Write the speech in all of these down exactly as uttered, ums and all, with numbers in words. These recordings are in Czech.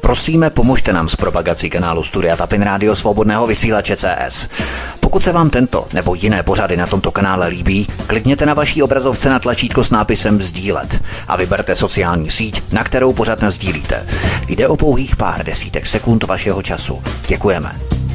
Prosíme, pomožte nám s propagací kanálu Studia Tapin Rádio Svobodného vysílače C S. Pokud se vám tento nebo jiné pořady na tomto kanále líbí, klikněte na vaší obrazovce na tlačítko s nápisem sdílet a vyberte sociální síť, na kterou pořad nasdílíte. Jde o pouhých pár desítek sekund vašeho času. Děkujeme.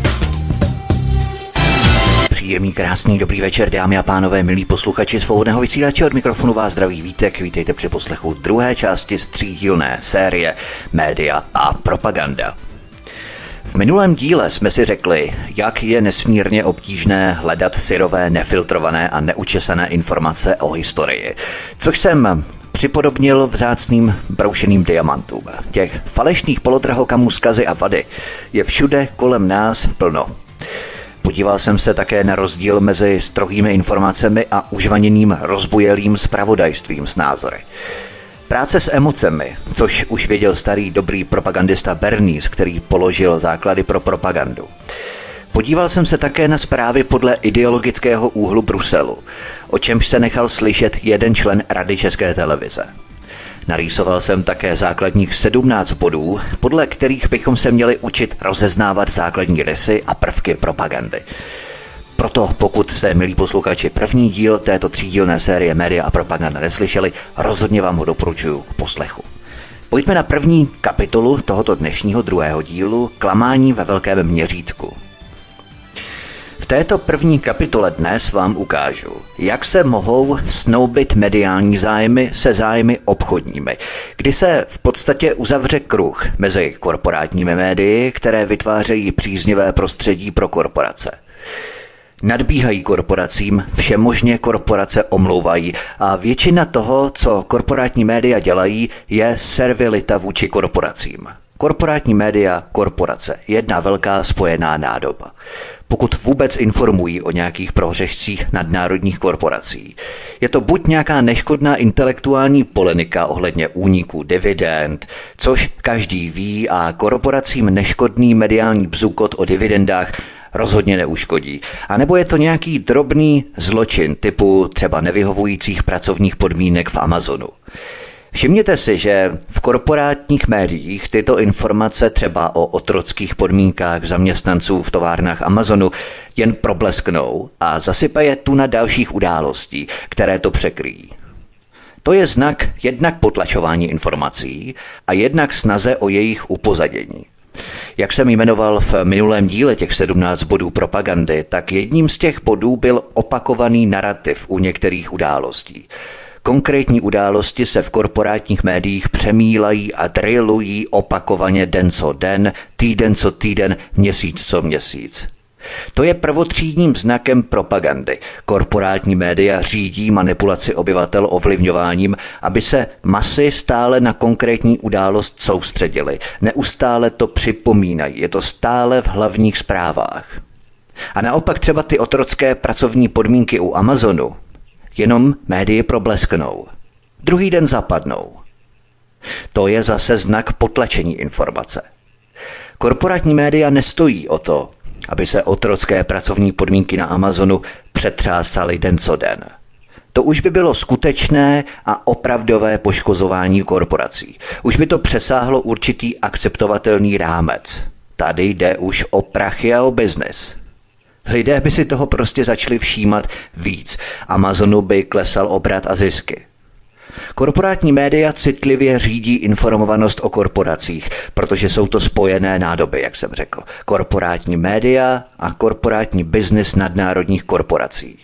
Příjemný, krásný, dobrý večer, dámy a pánové, milí posluchači Svobodného vysílače, od mikrofonu vás zdraví Vítek. Vítejte při poslechu druhé části z třídílné série Média a propaganda. V minulém díle jsme si řekli, jak je nesmírně obtížné hledat syrové, nefiltrované a neučesané informace o historii, což jsem připodobnil vzácným broušeným diamantům. Těch falešných polodrahokamů, zkazy a vady je všude kolem nás plno. Podíval jsem se také na rozdíl mezi strohými informacemi a užvaněným rozbujelým zpravodajstvím s názory. Práce s emocemi, což už věděl starý dobrý propagandista Bernays, který položil základy pro propagandu. Podíval jsem se také na zprávy podle ideologického úhlu Bruselu, o čemž se nechal slyšet jeden člen Rady České televize. Narýsoval jsem také základních sedmnáct bodů, podle kterých bychom se měli učit rozeznávat základní rysy a prvky propagandy. Proto, pokud jste, milí posluchači, první díl této třídílné série Média a propaganda neslyšeli, rozhodně vám ho doporučuji k poslechu. Pojďme na první kapitolu tohoto dnešního druhého dílu Klamání ve velkém měřítku. V této první kapitole dnes vám ukážu, jak se mohou snoubit mediální zájmy se zájmy obchodními, kdy se v podstatě uzavře kruh mezi korporátními médii, které vytvářejí příznivé prostředí pro korporace. Nadbíhají korporacím, všemožně korporace omlouvají a většina toho, co korporátní média dělají, je servilita vůči korporacím. Korporátní média, korporace, jedna velká spojená nádoba. Pokud vůbec informují o nějakých prohřešcích nadnárodních korporací, je to buď nějaká neškodná intelektuální polemika ohledně úniku dividend, což každý ví, a korporacím neškodný mediální bzukot o dividendách rozhodně neuškodí. A nebo je to nějaký drobný zločin typu třeba nevyhovujících pracovních podmínek v Amazonu. Všimněte si, že v korporátních médiích tyto informace třeba o otrockých podmínkách zaměstnanců v továrnách Amazonu jen problesknou a zasypaje tuna dalších událostí, které to překryjí. To je znak jednak potlačování informací a jednak snaze o jejich upozadění. Jak jsem jmenoval v minulém díle těch sedmnáct bodů propagandy, tak jedním z těch bodů byl opakovaný narrativ u některých událostí. Konkrétní události se v korporátních médiích přemílají a drillují opakovaně den co den, týden co týden, měsíc co měsíc. To je prvotřídním znakem propagandy. Korporátní média řídí manipulaci obyvatel ovlivňováním, aby se masy stále na konkrétní událost soustředily. Neustále to připomínají, je to stále v hlavních zprávách. A naopak třeba ty otrocké pracovní podmínky u Amazonu jenom médii problesknou. Druhý den zapadnou. To je zase znak potlačení informace. Korporátní média nestojí o to, aby se otrocké pracovní podmínky na Amazonu přetřásaly den co den. To už by bylo skutečné a opravdové poškozování korporací. Už by to přesáhlo určitý akceptovatelný rámec. Tady jde už o prachy a o biznis. Lidé by si toho prostě začali všímat víc. Amazonu by klesal obrat a zisky. Korporátní média citlivě řídí informovanost o korporacích, protože jsou to spojené nádoby, jak jsem řekl. Korporátní média a korporátní biznis nadnárodních korporací.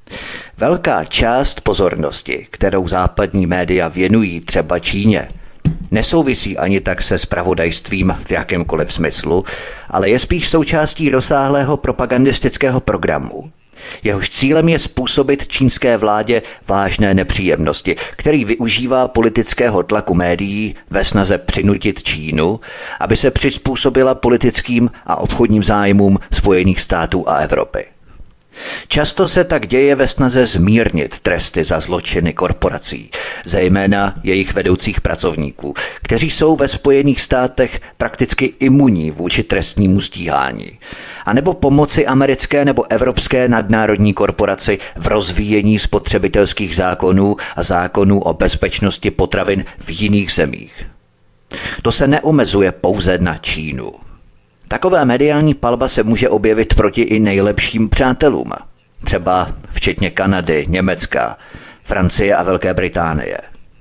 Velká část pozornosti, kterou západní média věnují třeba Číně, nesouvisí ani tak se zpravodajstvím v jakémkoliv smyslu, ale je spíš součástí rozsáhlého propagandistického programu. Jehož cílem je způsobit čínské vládě vážné nepříjemnosti, který využívá politického tlaku médií ve snaze přinutit Čínu, aby se přizpůsobila politickým a obchodním zájmům Spojených států a Evropy. Často se tak děje ve snaze zmírnit tresty za zločiny korporací, zejména jejich vedoucích pracovníků, kteří jsou ve Spojených státech prakticky imunní vůči trestnímu stíhání, a nebo pomoci americké nebo evropské nadnárodní korporaci v rozvíjení spotřebitelských zákonů a zákonů o bezpečnosti potravin v jiných zemích. To se neomezuje pouze na Čínu. Taková mediální palba se může objevit proti i nejlepším přátelům. Třeba včetně Kanady, Německa, Francie a Velké Británie.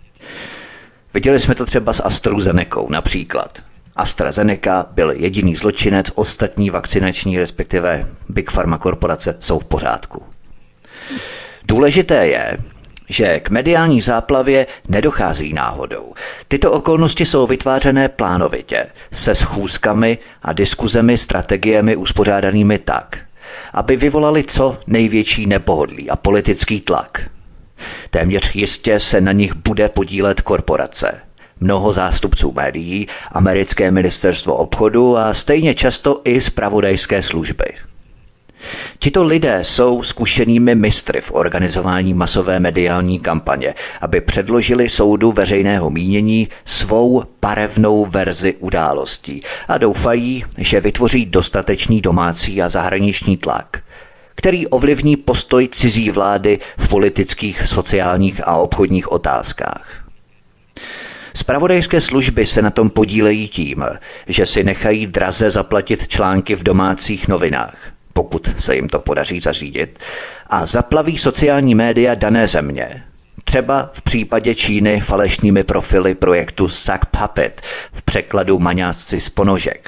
Viděli jsme to třeba s AstraZenecou například. AstraZeneca byl jediný zločinec, ostatní vakcinační, respektive Big Pharma korporace jsou v pořádku. Důležité je, že k mediální záplavě nedochází náhodou. Tyto okolnosti jsou vytvářené plánovitě, se schůzkami a diskuzemi, strategiemi uspořádanými tak, aby vyvolali co největší nepohodlí a politický tlak. Téměř jistě se na nich bude podílet korporace, mnoho zástupců médií, americké ministerstvo obchodu a stejně často i zpravodajské služby. Tito lidé jsou zkušenými mistry v organizování masové mediální kampaně, aby předložili soudu veřejného mínění svou barevnou verzi událostí a doufají, že vytvoří dostatečný domácí a zahraniční tlak, který ovlivní postoj cizí vlády v politických, sociálních a obchodních otázkách. Zpravodajské služby se na tom podílejí tím, že si nechají draze zaplatit články v domácích novinách, pokud se jim to podaří zařídit, a zaplaví sociální média dané země. Třeba v případě Číny falešnými profily projektu Sock Puppet, v překladu Maňásci z ponožek.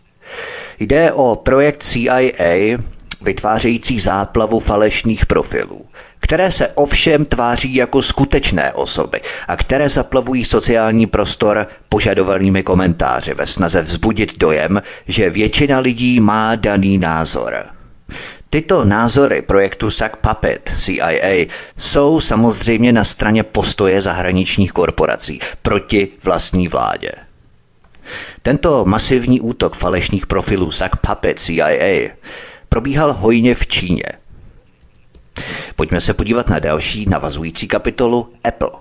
Jde o projekt C I A vytvářející záplavu falešných profilů, které se ovšem tváří jako skutečné osoby a které zaplavují sociální prostor požadovanými komentáři ve snaze vzbudit dojem, že většina lidí má daný názor. Tyto názory projektu Sock Puppet C I A jsou samozřejmě na straně postoje zahraničních korporací proti vlastní vládě. Tento masivní útok falešných profilů Sock Puppet C I A probíhal hojně v Číně. Pojďme se podívat na další navazující kapitolu Apple.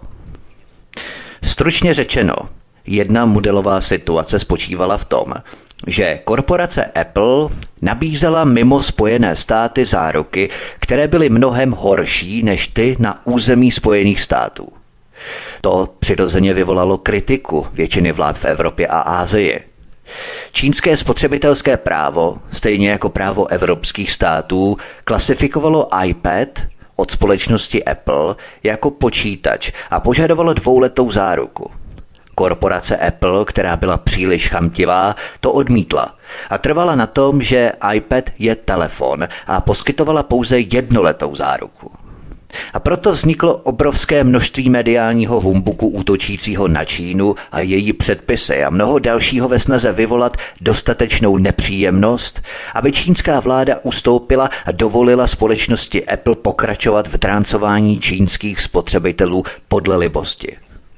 Stručně řečeno, jedna modelová situace spočívala v tom, že korporace Apple nabízela mimo Spojené státy záruky, které byly mnohem horší než ty na území Spojených států. To přirozeně vyvolalo kritiku většiny vlád v Evropě a Asii. Čínské spotřebitelské právo, stejně jako právo evropských států, klasifikovalo iPad od společnosti Apple jako počítač a požadovalo dvouletou záruku. Korporace Apple, která byla příliš chamtivá, to odmítla a trvala na tom, že iPad je telefon a poskytovala pouze jednoletou záruku. A proto vzniklo obrovské množství mediálního humbuku útočícího na Čínu a její předpisy a mnoho dalšího ve snaze vyvolat dostatečnou nepříjemnost, aby čínská vláda ustoupila a dovolila společnosti Apple pokračovat v dráncování čínských spotřebitelů podle libosti.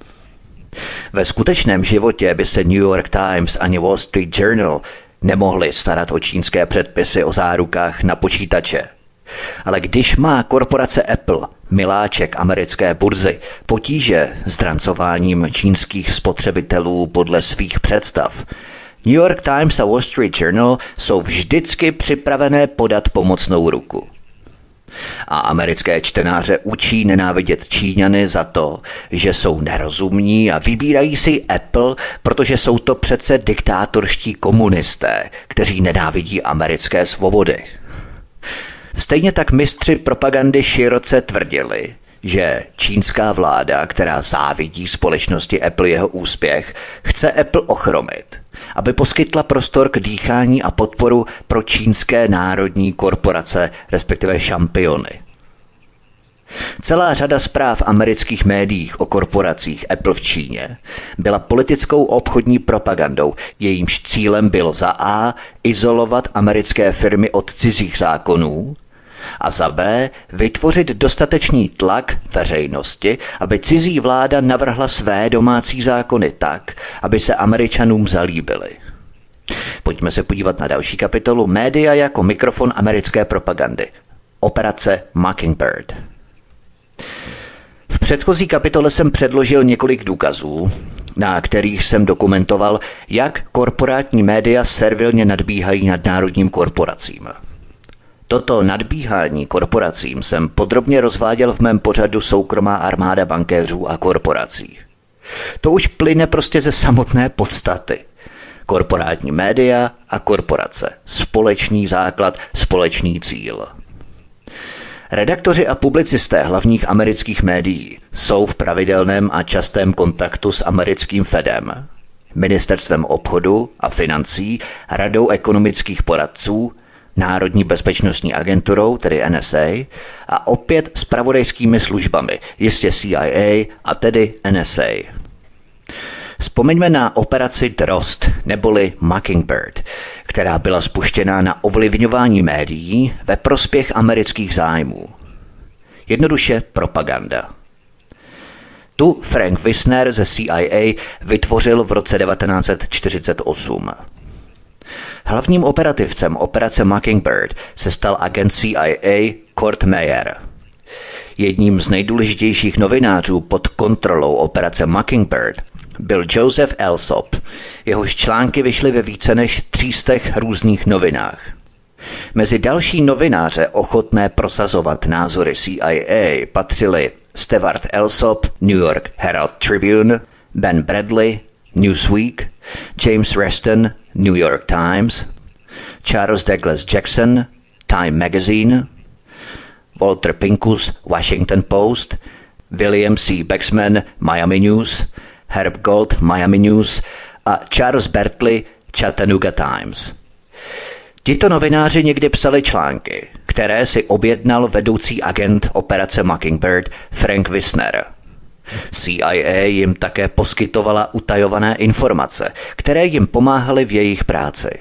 Ve skutečném životě by se New York Times ani Wall Street Journal nemohli starat o čínské předpisy o zárukách na počítače. Ale když má korporace Apple, miláček americké burzy, potíže s drancováním čínských spotřebitelů podle svých představ, New York Times a Wall Street Journal jsou vždycky připravené podat pomocnou ruku. A americké čtenáře učí nenávidět Číňany za to, že jsou nerozumní a vybírají si Apple, protože jsou to přece diktátorští komunisté, kteří nenávidí americké svobody. Stejně tak mistři propagandy široce tvrdili, že čínská vláda, která závidí společnosti Apple jeho úspěch, chce Apple ochromit, aby poskytla prostor k dýchání a podporu pro čínské národní korporace, respektive šampiony. Celá řada zpráv amerických médiích o korporacích Apple v Číně byla politickou obchodní propagandou, jejímž cílem bylo za A izolovat americké firmy od cizích zákonů a za B vytvořit dostatečný tlak veřejnosti, aby cizí vláda navrhla své domácí zákony tak, aby se Američanům zalíbily. Pojďme se podívat na další kapitolu Média jako mikrofon americké propagandy. Operace Mockingbird. V předchozí kapitole jsem předložil několik důkazů, na kterých jsem dokumentoval, jak korporátní média servilně nadbíhají nadnárodním korporacím. Toto nadbíhání korporacím jsem podrobně rozváděl v mém pořadu Soukromá armáda bankéřů a korporací. To už plyne prostě ze samotné podstaty. Korporátní média a korporace. Společný základ, společný cíl. Redaktoři a publicisté hlavních amerických médií jsou v pravidelném a častém kontaktu s americkým Fedem, Ministerstvem obchodu a financí, Radou ekonomických poradců, Národní bezpečnostní agenturou, tedy N S A, a opět zpravodajskými službami, jistě C I A a tedy N S A. Vzpomeňme na operaci Drozd neboli Mockingbird, která byla spuštěna na ovlivňování médií ve prospěch amerických zájmů. Jednoduše propaganda. Tu Frank Wisner ze C I A vytvořil v roce devatenáct set čtyřicet osm. Hlavním operativcem operace Mockingbird se stal agent C I A Kurt Meyer. Jedním z nejdůležitějších novinářů pod kontrolou operace Mockingbird byl Joseph Alsop, jehož články vyšly ve více než tři sta různých novinách. Mezi další novináře ochotné prosazovat názory C I A patřili Stewart Alsop, New York Herald Tribune, Ben Bradley, Newsweek, James Reston, New York Times, Charles Douglas Jackson, Time Magazine, Walter Pincus, Washington Post, William C. Baxman, Miami News, Herb Gold, Miami News a Charles Berkeley, Chattanooga Times. Tito novináři někdy psali články, které si objednal vedoucí agent operace Mockingbird Frank Wisner. C I A jim také poskytovala utajované informace, které jim pomáhaly v jejich práci.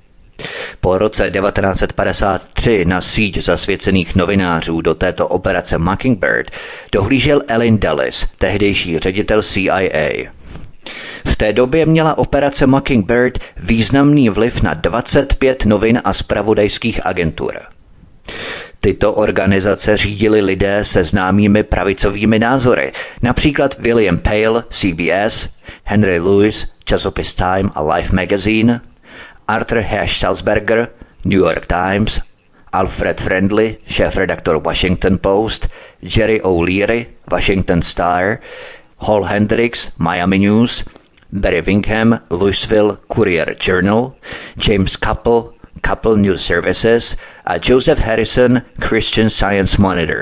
Po roce devatenáct set padesát tři na síť zasvěcených novinářů do této operace Mockingbird dohlížel Ellen Dulles, tehdejší ředitel C I A. V té době měla operace Mockingbird významný vliv na dvacet pět novin a zpravodajských agentur. Tyto organizace řídili lidé se známými pravicovými názory, například William Pale, C B S, Henry Lewis, časopis Time a Life Magazine, Arthur Hash Salzberger, New York Times, Alfred Friendly, šéfredaktor Washington Post, Jerry O'Leary, Washington Star, Hal Hendricks, Miami News, Barry Wingham, Louisville Courier Journal, James Couple, Couple News Services a Joseph Harrison, Christian Science Monitor.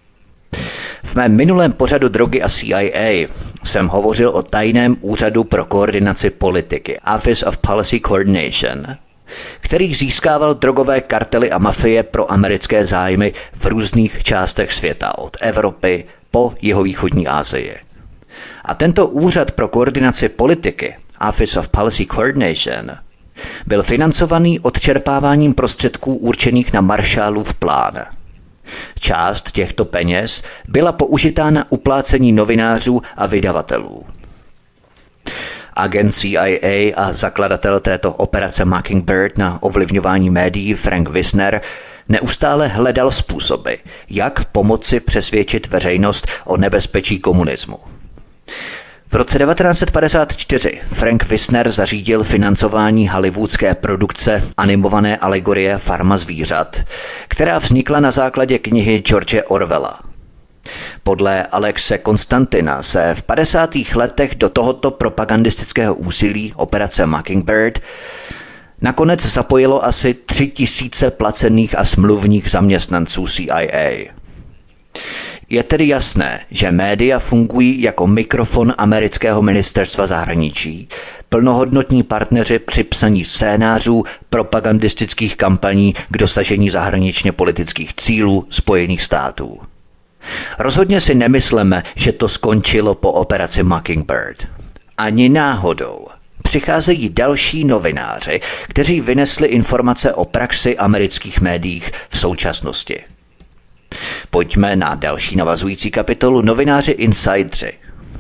V mém minulém pořadu Drogy a C I A jsem hovořil o tajném úřadu pro koordinaci politiky, Office of Policy Coordination, který získával drogové kartely a mafie pro americké zájmy v různých částech světa, od Evropy po jihovýchodní Asii. A tento úřad pro koordinaci politiky, Office of Policy Coordination, byl financovaný odčerpáváním prostředků určených na Marshallův plán. Část těchto peněz byla použitá na uplácení novinářů a vydavatelů. Agent C I A a zakladatel této operace Mockingbird na ovlivňování médií Frank Wisner neustále hledal způsoby, jak pomoci přesvědčit veřejnost o nebezpečí komunismu. V roce devatenáct set padesát čtyři Frank Wisner zařídil financování hollywoodské produkce animované alegorie Farma zvířat, která vznikla na základě knihy George Orwella. Podle Alexe Konstantina se v padesátých letech do tohoto propagandistického úsilí operace Mockingbird nakonec zapojilo asi tři tisíce placených a smluvních zaměstnanců C I A. Je tedy jasné, že média fungují jako mikrofon amerického ministerstva zahraničí, plnohodnotní partneři při psaní scénářů propagandistických kampaní k dosažení zahraničně politických cílů Spojených států. Rozhodně si nemyslíme, že to skončilo po operaci Mockingbird. Ani náhodou. Přicházejí další novináři, kteří vynesli informace o praxi amerických médií v současnosti. Pojďme na další navazující kapitolu Novináři insidři.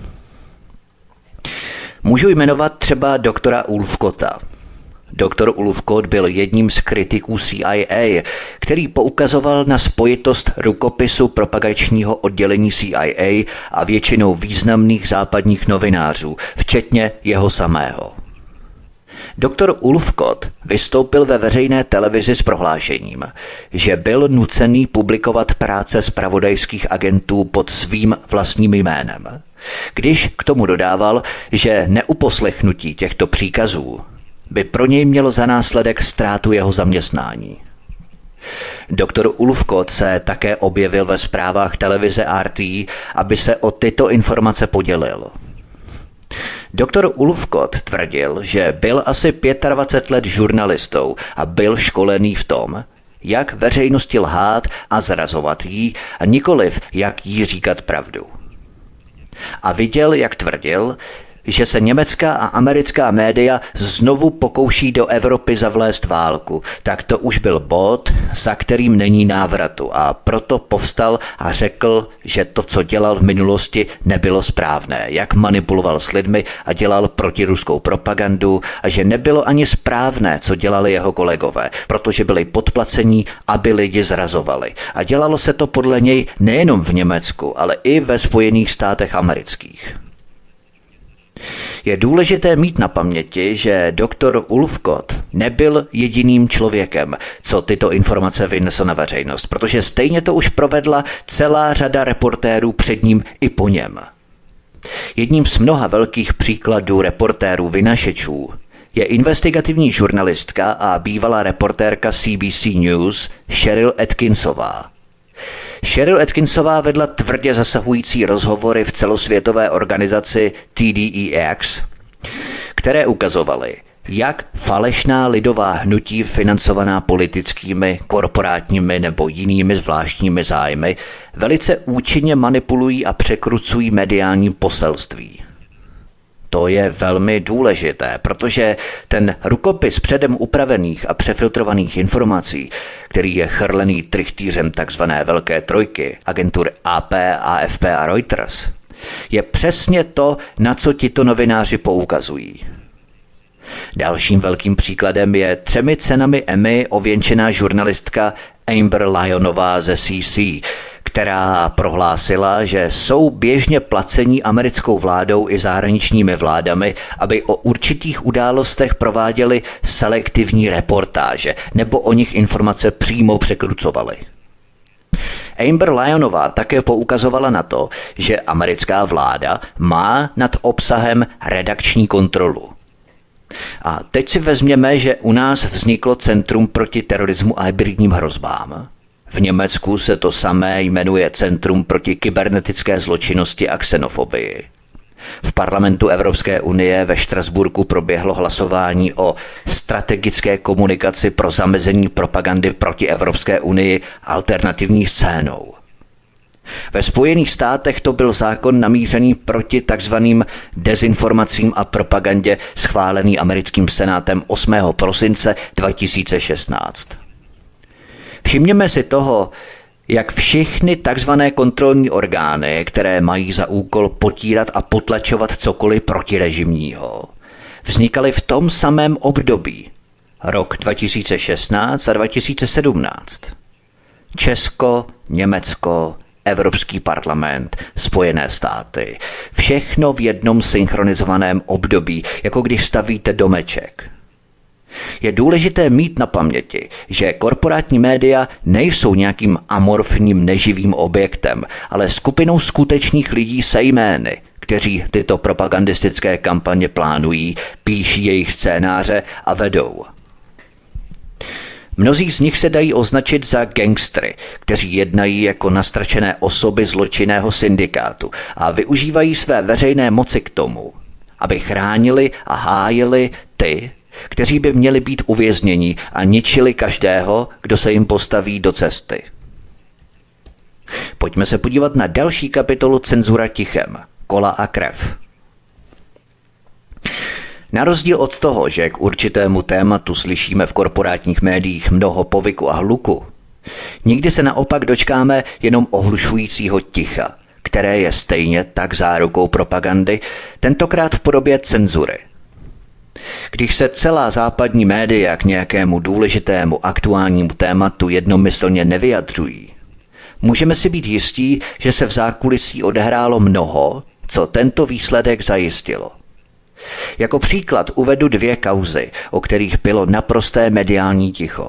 Můžu jmenovat třeba doktora Ulfkota. Doktor Ulfkot byl jedním z kritiků C I A, který poukazoval na spojitost rukopisu propagačního oddělení C I A a většinou významných západních novinářů, včetně jeho samého. Doktor Ulfkot vystoupil ve veřejné televizi s prohlášením, že byl nucený publikovat práce zpravodajských agentů pod svým vlastním jménem, Když k tomu dodával, že neuposlechnutí těchto příkazů by pro něj mělo za následek ztrátu jeho zaměstnání. Doktor Ulfkot se také objevil ve zprávách televize R T, aby se o tyto informace podělil. Doktor Ulfkot tvrdil, že byl asi dvacet pět let žurnalistou a byl školený v tom, jak veřejnosti lhát a zrazovat jí, a nikoliv jak jí říkat pravdu. A viděl, jak tvrdil, že se německá a americká média znovu pokouší do Evropy zavlézt válku, tak to už byl bod, za kterým není návratu, a proto povstal a řekl, že to, co dělal v minulosti, nebylo správné, jak manipuloval s lidmi a dělal protiruskou propagandu, a že nebylo ani správné, co dělali jeho kolegové, protože byli podplacení, aby lidi zrazovali. A dělalo se to podle něj nejenom v Německu, ale i ve Spojených státech amerických. Je důležité mít na paměti, že doktor Ulfkot nebyl jediným člověkem, co tyto informace vynesl na veřejnost, protože stejně to už provedla celá řada reportérů před ním i po něm. Jedním z mnoha velkých příkladů reportérů vynašečů je investigativní žurnalistka a bývalá reportérka C B C News Cheryl Atkinsová. Cheryl Atkinsová vedla tvrdě zasahující rozhovory v celosvětové organizaci T D E X, které ukazovaly, jak falešná lidová hnutí financovaná politickými, korporátními nebo jinými zvláštními zájmy velice účinně manipulují a překrucují mediální poselství. To je velmi důležité, protože ten rukopis předem upravených a přefiltrovaných informací, který je chrlený trichtýřem takzvané Velké trojky, agentur A P, A F P a Reuters, je přesně to, na co tito novináři poukazují. Dalším velkým příkladem je třemi cenami Emmy ověnčená žurnalistka Amber Lyonová ze C C, která prohlásila, že jsou běžně placení americkou vládou i zahraničními vládami, aby o určitých událostech prováděli selektivní reportáže nebo o nich informace přímo překrucovali. Amber Lyonová také poukazovala na to, že americká vláda má nad obsahem redakční kontrolu. A teď si vezměme, že u nás vzniklo Centrum proti terorismu a hybridním hrozbám. V Německu se to samé jmenuje Centrum proti kybernetické zločinnosti a xenofobii. V parlamentu Evropské unie ve Štrasburku proběhlo hlasování o strategické komunikaci pro zamezení propagandy proti Evropské unii alternativní scénou. Ve Spojených státech to byl zákon namířený proti takzvaným dezinformacím a propagandě schválený americkým senátem osmého prosince dva tisíce šestnáct. Všimněme si toho, jak všechny takzvané kontrolní orgány, které mají za úkol potírat a potlačovat cokoliv protirežimního, vznikaly v tom samém období, rok dva tisíce šestnáct a dva tisíce sedmnáct. Česko, Německo, Evropský parlament, Spojené státy. Všechno v jednom synchronizovaném období, jako když stavíte domeček. Je důležité mít na paměti, že korporátní média nejsou nějakým amorfním neživým objektem, ale skupinou skutečných lidí se jmény, kteří tyto propagandistické kampaně plánují, píší jejich scénáře a vedou. Mnozí z nich se dají označit za gangstry, kteří jednají jako nastrčené osoby zločinného syndikátu a využívají své veřejné moci k tomu, aby chránili a hájili ty, kteří by měli být uvězněni a ničili každého, kdo se jim postaví do cesty. Pojďme se podívat na další kapitolu Cenzura tichem. Kola a krev. Na rozdíl od toho, že k určitému tématu slyšíme v korporátních médiích mnoho povyku a hluku, nikdy se naopak dočkáme jenom ohlušujícího ticha, které je stejně tak zárukou propagandy, tentokrát v podobě cenzury. Když se celá západní média k nějakému důležitému aktuálnímu tématu jednomyslně nevyjadřují, můžeme si být jistí, že se v zákulisí odehrálo mnoho, co tento výsledek zajistilo. Jako příklad uvedu dvě kauzy, o kterých bylo naprosté mediální ticho.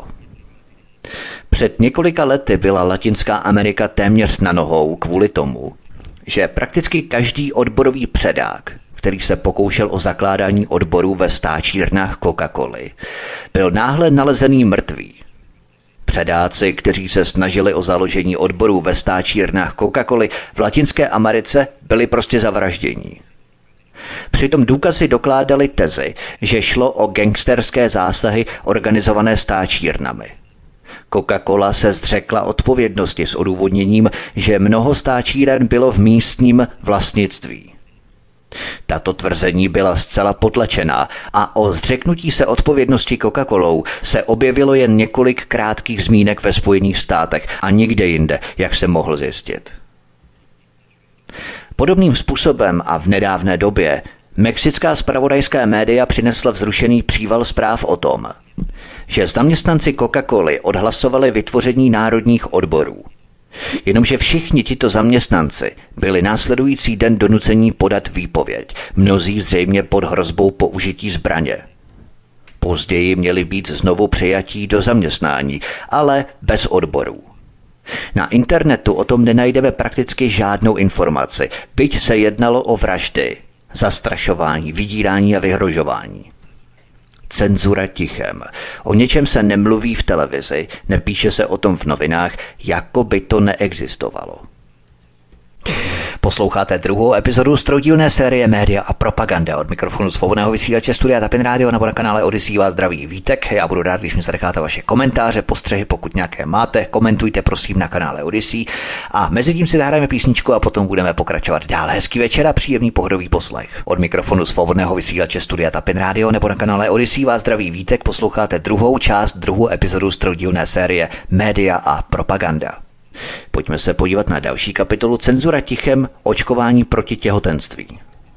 Před několika lety byla Latinská Amerika téměř na nohou kvůli tomu, že prakticky každý odborový předák, který se pokoušel o zakládání odborů ve stáčírnách Coca-Coly, byl náhle nalezený mrtvý. Předáci, kteří se snažili o založení odborů ve stáčírnách Coca-Coly v Latinské Americe, byli prostě zavraždění. Přitom důkazy dokládaly tezi, že šlo o gangsterské zásahy organizované stáčírnami. Coca-Cola se zřekla odpovědnosti s odůvodněním, že mnoho stáčíren bylo v místním vlastnictví. Tato tvrzení byla zcela potlačená a o zřeknutí se odpovědnosti Coca-Colou se objevilo jen několik krátkých zmínek ve Spojených státech a nikde jinde, jak se mohl zjistit. Podobným způsobem a v nedávné době mexická zpravodajská média přinesla vzrušený příval zpráv o tom, že zaměstnanci Coca-Coly odhlasovali vytvoření národních odborů. Jenomže všichni tito zaměstnanci byli následující den donuceni podat výpověď, mnozí zřejmě pod hrozbou použití zbraně. Později měli být znovu přijatí do zaměstnání, ale bez odborů. Na internetu o tom nenajdeme prakticky žádnou informaci, byť se jednalo o vraždy, zastrašování, vydírání a vyhrožování. Cenzura tichem. O něčem se nemluví v televizi, nepíše se o tom v novinách, jako by to neexistovalo. Posloucháte druhou epizodu z troudílné série Média a propaganda. Od mikrofonu svobodného vysílače Studia Tapin Radio nebo na kanále Odyssey vás zdraví Vítek. Já budu rád, když mi zanecháte vaše komentáře, postřehy, pokud nějaké máte, komentujte prosím na kanále Odyssey. A mezi tím si zahrajeme písničku a potom budeme pokračovat dále. Hezký večer a příjemný pohodový poslech. Od mikrofonu svobodného vysílače Studia Tapin Radio nebo na kanále Odyssey vás zdraví Vítek. Posloucháte druhou část, druhou epizodu z troudílné série Média a propaganda. Pojďme se podívat na další kapitolu Cenzura tichem, očkování proti těhotenství.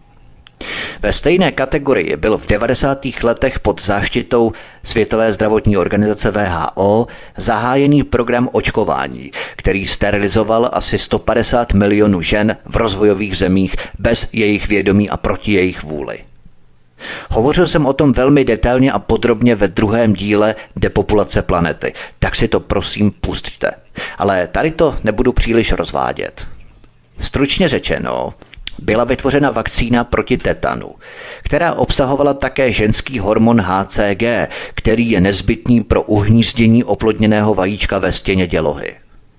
Ve stejné kategorii byl v devadesátých letech pod záštitou Světové zdravotní organizace W H O zahájený program očkování, který sterilizoval asi sto padesát milionů žen v rozvojových zemích bez jejich vědomí a proti jejich vůli. Hovořil jsem o tom velmi detailně a podrobně ve druhém díle Depopulace planety, tak si to prosím pusťte. Ale tady to nebudu příliš rozvádět. Stručně řečeno, byla vytvořena vakcína proti tetanu, která obsahovala také ženský hormon H C G, který je nezbytný pro uhnízdění oplodněného vajíčka ve stěně dělohy.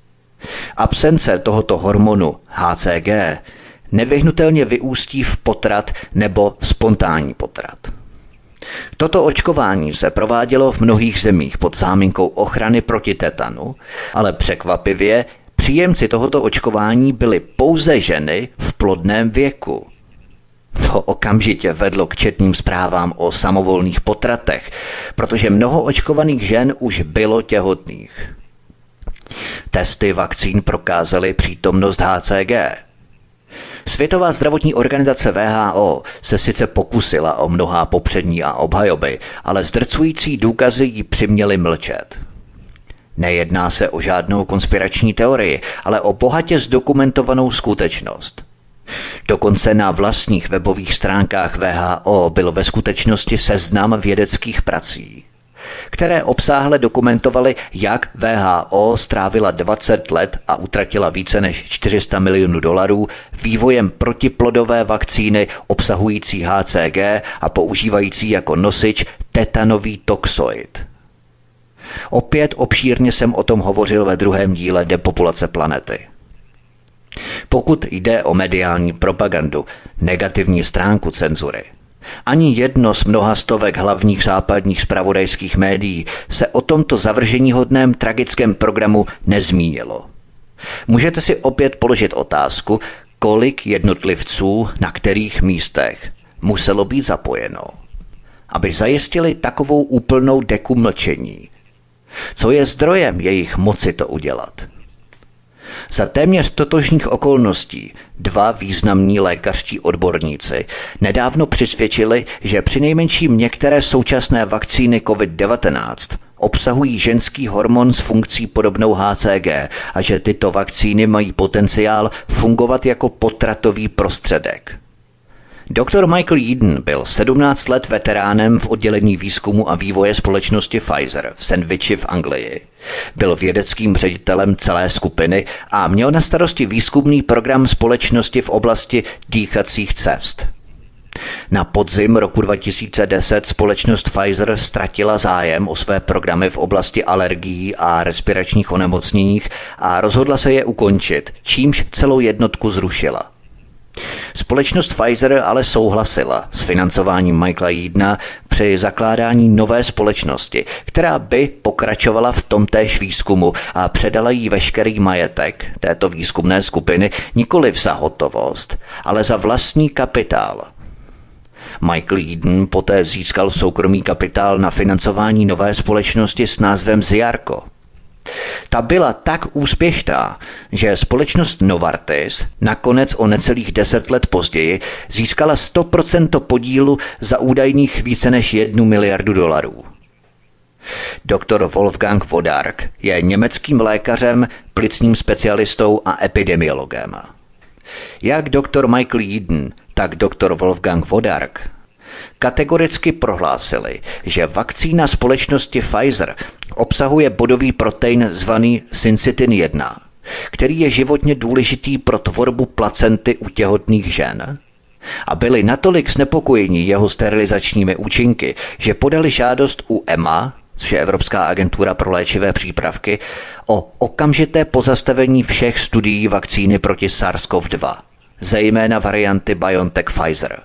Absence tohoto hormonu H C G nevyhnutelně vyústí v potrat nebo spontánní potrat. Toto očkování se provádělo v mnohých zemích pod záminkou ochrany proti tetanu, ale překvapivě příjemci tohoto očkování byly pouze ženy v plodném věku. To okamžitě vedlo k četným zprávám o samovolných potratech, protože mnoho očkovaných žen už bylo těhotných. Testy vakcín prokázaly přítomnost H C G. Světová zdravotní organizace W H O se sice pokusila o mnohá popřední a obhajoby, ale zdrcující důkazy ji přiměly mlčet. Nejedná se o žádnou konspirační teorii, ale o bohatě zdokumentovanou skutečnost. Dokonce na vlastních webových stránkách W H O byl ve skutečnosti seznam vědeckých prací, které obsáhle dokumentovaly, jak W H O strávila dvacet let a utratila více než čtyři sta milionů dolarů vývojem protiplodové vakcíny obsahující H C G a používající jako nosič tetanový toxoid. Opět obšírně jsem o tom hovořil ve druhém díle Depopulace planety. Pokud jde o mediální propagandu, negativní stránku cenzury, ani jedno z mnoha stovek hlavních západních zpravodajských médií se o tomto zavrženíhodném tragickém programu nezmínilo. Můžete si opět položit otázku, kolik jednotlivců na kterých místech muselo být zapojeno, aby zajistili takovou úplnou deku mlčení. Co je zdrojem jejich moci to udělat? Za téměř totožných okolností dva významní lékařští odborníci nedávno přisvědčili, že přinejmenším některé současné vakcíny covid devatenáct obsahují ženský hormon s funkcí podobnou H C G a že tyto vakcíny mají potenciál fungovat jako potratový prostředek. doktor Michael Yeadon byl sedmnáct let veteránem v oddělení výzkumu a vývoje společnosti Pfizer v Sandwichi v Anglii. Byl vědeckým ředitelem celé skupiny a měl na starosti výzkumný program společnosti v oblasti dýchacích cest. Na podzim roku dva tisíce deset společnost Pfizer ztratila zájem o své programy v oblasti alergií a respiračních onemocněních a rozhodla se je ukončit, čímž celou jednotku zrušila. Společnost Pfizer ale souhlasila s financováním Michaela Yeadona při zakládání nové společnosti, která by pokračovala v tomtéž výzkumu a předala jí veškerý majetek této výzkumné skupiny nikoliv za hotovost, ale za vlastní kapitál. Michael Yeadon poté získal soukromý kapitál na financování nové společnosti s názvem Zyarko. Ta byla tak úspěšná, že společnost Novartis nakonec o necelých deset let později získala sto procent podílu za údajných více než jednu miliardu dolarů. doktor Wolfgang Wodarg je německým lékařem, plicním specialistou a epidemiologem. Jak doktor Michael Yeadon, tak doktor Wolfgang Wodarg kategoricky prohlásili, že vakcína společnosti Pfizer obsahuje bodový protein zvaný syncytin jedna, který je životně důležitý pro tvorbu placenty u těhotných žen, a byli natolik znepokojeni jeho sterilizačními účinky, že podali žádost u E M A, což je Evropská agentura pro léčivé přípravky, o okamžité pozastavení všech studií vakcíny proti SARS-CoV dva, zejména varianty BioNTech Pfizer.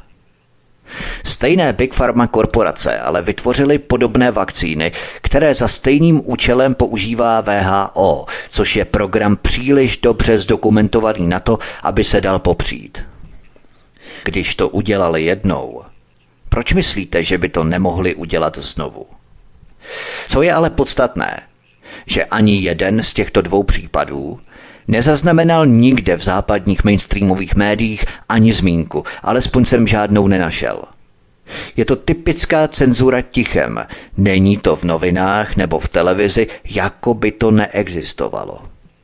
Stejné Big Pharma korporace ale vytvořily podobné vakcíny, které za stejným účelem používá W H O, což je program příliš dobře zdokumentovaný na to, aby se dal popřít. Když to udělali jednou, proč myslíte, že by to nemohli udělat znovu? Co je ale podstatné, že ani jeden z těchto dvou případů nezaznamenal nikde v západních mainstreamových médiích ani zmínku, alespoň jsem žádnou nenašel. Je to typická cenzura tichem, není to v novinách nebo v televizi, jako by to neexistovalo.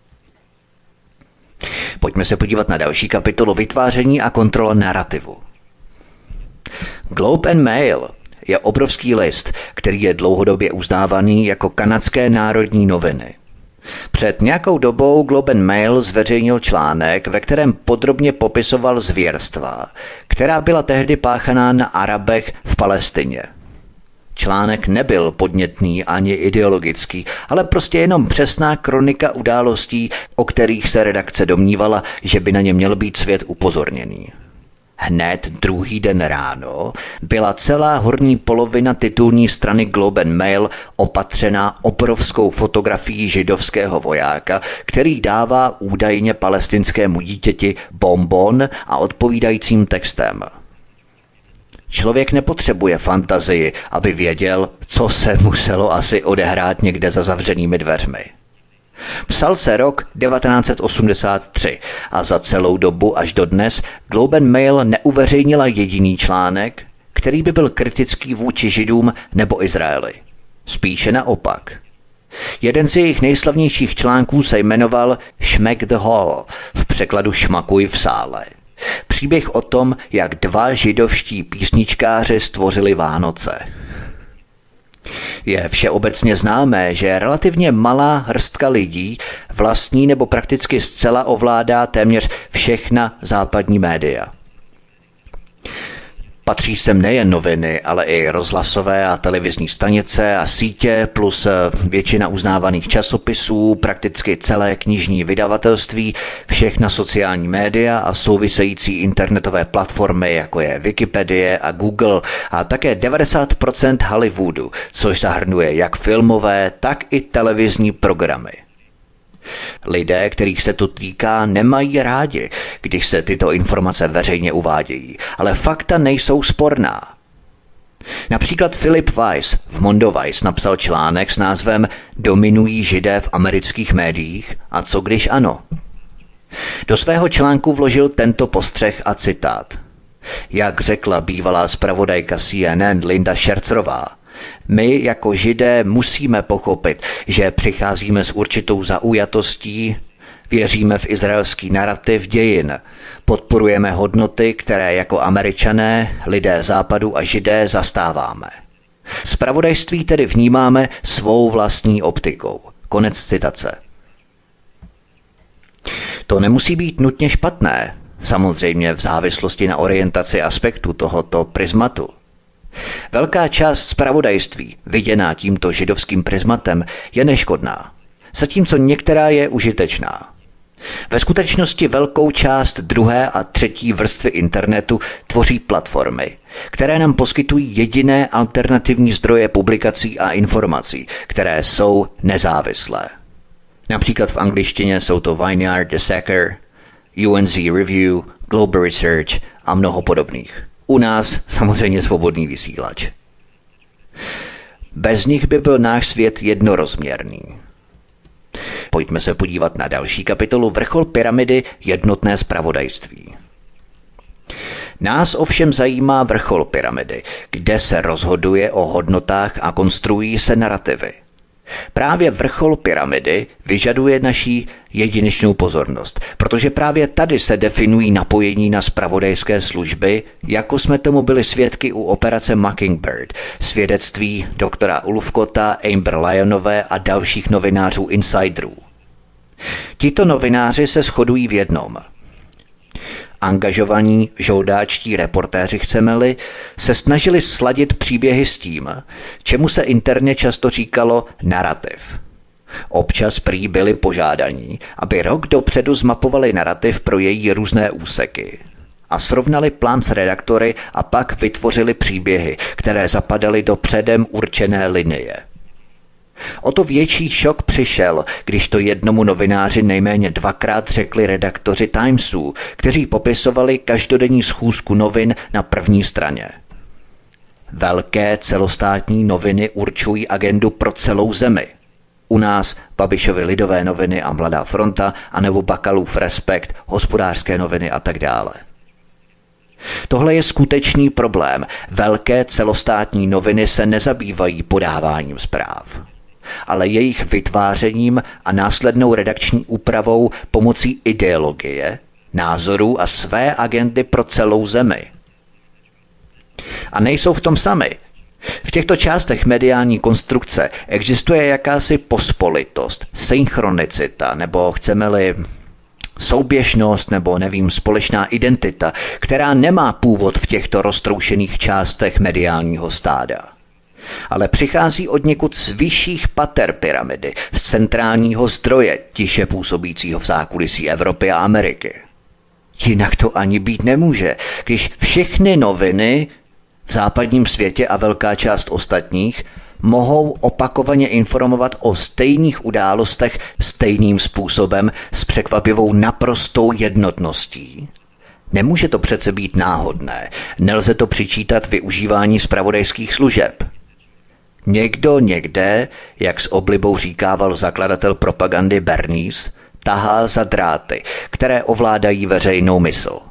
Pojďme se podívat na další kapitolu vytváření a kontrola narrativu. Globe and Mail je obrovský list, který je dlouhodobě uznávaný jako kanadské národní noviny. Před nějakou dobou Globe and Mail zveřejnil článek, ve kterém podrobně popisoval zvěrstva, která byla tehdy páchaná na Arabech v Palestině. Článek nebyl podnětný ani ideologický, ale prostě jenom přesná kronika událostí, o kterých se redakce domnívala, že by na ně měl být svět upozorněný. Hned druhý den ráno byla celá horní polovina titulní strany Globe and Mail opatřena obrovskou fotografií židovského vojáka, který dává údajně palestinskému dítěti bonbon a odpovídajícím textem. Člověk nepotřebuje fantazii, aby věděl, co se muselo asi odehrát někde za zavřenými dveřmi. Psal se rok devatenáct osmdesát tři a za celou dobu až dodnes Globe and Mail neuveřejnila jediný článek, který by byl kritický vůči Židům nebo Izraeli. Spíše naopak. Jeden z jejich nejslavnějších článků se jmenoval Schmeck the Hall, v překladu Šmakuj v sále. Příběh o tom, jak dva židovští písničkáři stvořili Vánoce. Je všeobecně známé, že relativně malá hrstka lidí vlastní nebo prakticky zcela ovládá téměř všechna západní média. Patří sem nejen noviny, ale i rozhlasové a televizní stanice a sítě, plus většina uznávaných časopisů, prakticky celé knižní vydavatelství, všechna sociální média a související internetové platformy, jako je Wikipedie a Google, a také devadesát procent Hollywoodu, což zahrnuje jak filmové, tak i televizní programy. Lidé, kterých se to týká, nemají rádi, když se tyto informace veřejně uvádějí, ale fakta nejsou sporná. Například Philip Weiss v Mondoweiss napsal článek s názvem Dominují Židé v amerických médiích a co když ano? Do svého článku vložil tento postřeh a citát. Jak řekla bývalá zpravodajka C N N Linda Scherzerová, my jako Židé musíme pochopit, že přicházíme s určitou zaujatostí Věříme v izraelský narrativ dějin. Podporujeme hodnoty, které jako Američané, lidé západu a Židé zastáváme. Zpravodajství tedy vnímáme svou vlastní optikou. Konec citace. To nemusí být nutně špatné, samozřejmě v závislosti na orientaci aspektu tohoto prismatu. Velká část zpravodajství, viděná tímto židovským prismatem, je neškodná, zatímco některá je užitečná. Ve skutečnosti velkou část druhé a třetí vrstvy internetu tvoří platformy, které nám poskytují jediné alternativní zdroje publikací a informací, které jsou nezávislé. Například v angličtině jsou to Vineyard, The Sacker, U N Z Review, Global Research a mnoho podobných. U nás samozřejmě svobodný vysílač. Bez nich by byl náš svět jednorozměrný. Pojďme se podívat na další kapitolu Vrchol pyramidy jednotné zpravodajství. Nás ovšem zajímá vrchol pyramidy, kde se rozhoduje o hodnotách a konstruují se narrativy. Právě vrchol pyramidy vyžaduje naší jedinečnou pozornost, protože právě tady se definují napojení na zpravodajské služby, jako jsme tomu byli svědky u operace Mockingbird, svědectví doktora Ulfkota, Amber Lyonové a dalších novinářů insiderů. Tito novináři se shodují v jednom. Angažovaní žoldáčtí reportéři, chceme-li, se snažili sladit příběhy s tím, čemu se interně často říkalo narrativ. Občas prý byli požádaní, aby rok dopředu zmapovali narrativ pro její různé úseky a srovnali plán s redaktory a pak vytvořili příběhy, které zapadaly do předem určené linie. O to větší šok přišel, když to jednomu novináři nejméně dvakrát řekli redaktoři Timesu, kteří popisovali každodenní schůzku novin na první straně. Velké celostátní noviny určují agendu pro celou zemi. U nás Babišovy Lidové noviny a Mladá fronta, anebo Bakalův Respekt, Hospodářské noviny a tak dále. Tohle je skutečný problém. Velké celostátní noviny se nezabývají podáváním zpráv, ale jejich vytvářením a následnou redakční úpravou pomocí ideologie, názorů a své agendy pro celou zemi. A nejsou v tom sami. V těchto částech mediální konstrukce existuje jakási pospolitost, synchronicita, nebo chceme-li souběžnost, nebo nevím, společná identita, která nemá původ v těchto roztroušených částech mediálního stáda, ale přichází od někud z vyšších pater pyramidy, z centrálního zdroje, tiše působícího v zákulisí Evropy a Ameriky. Jinak to ani být nemůže, když všechny noviny v západním světě a velká část ostatních mohou opakovaně informovat o stejných událostech stejným způsobem s překvapivou naprostou jednotností. Nemůže to přece být náhodné, nelze to přičítat využívání zpravodajských služeb. Někdo někde, jak s oblibou říkával zakladatel propagandy Bernays, tahá za dráty, které ovládají veřejnou mysl.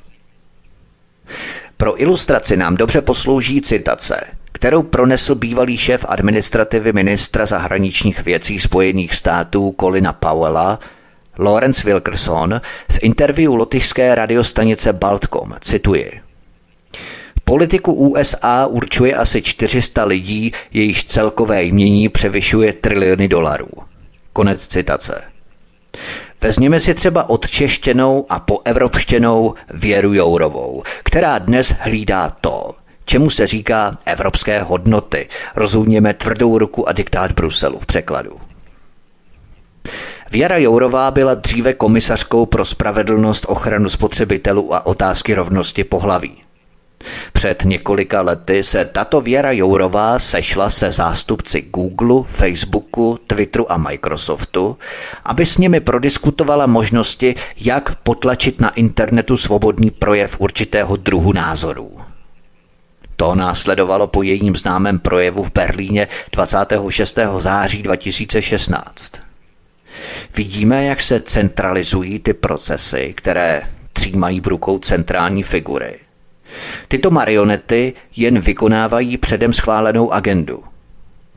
Pro ilustraci nám dobře poslouží citace, kterou pronesl bývalý šéf administrativy ministra zahraničních věcí Spojených států Colina Powella, Lawrence Wilkerson, v interview lotyšské radiostanice Baltcom, cituji. Politiku U S A určuje asi čtyři sta lidí, jejichž celkové jmění převyšuje triliony dolarů. Konec citace. Vezměme si třeba odčeštěnou a poevropštěnou Věru Jourovou, která dnes hlídá to, čemu se říká evropské hodnoty, rozumíme tvrdou ruku a diktát Bruselu v překladu. Věra Jourová byla dříve komisařkou pro spravedlnost, ochranu spotřebitelů a otázky rovnosti pohlaví. Před několika lety se tato Věra Jourová sešla se zástupci Google, Facebooku, Twitteru a Microsoftu, aby s nimi prodiskutovala možnosti, jak potlačit na internetu svobodný projev určitého druhu názorů. To následovalo po jejím známém projevu v Berlíně dvacátého šestého září dva tisíce šestnáct. Vidíme, jak se centralizují ty procesy, které třímají v rukou centrální figury. Tyto marionety jen vykonávají předem schválenou agendu.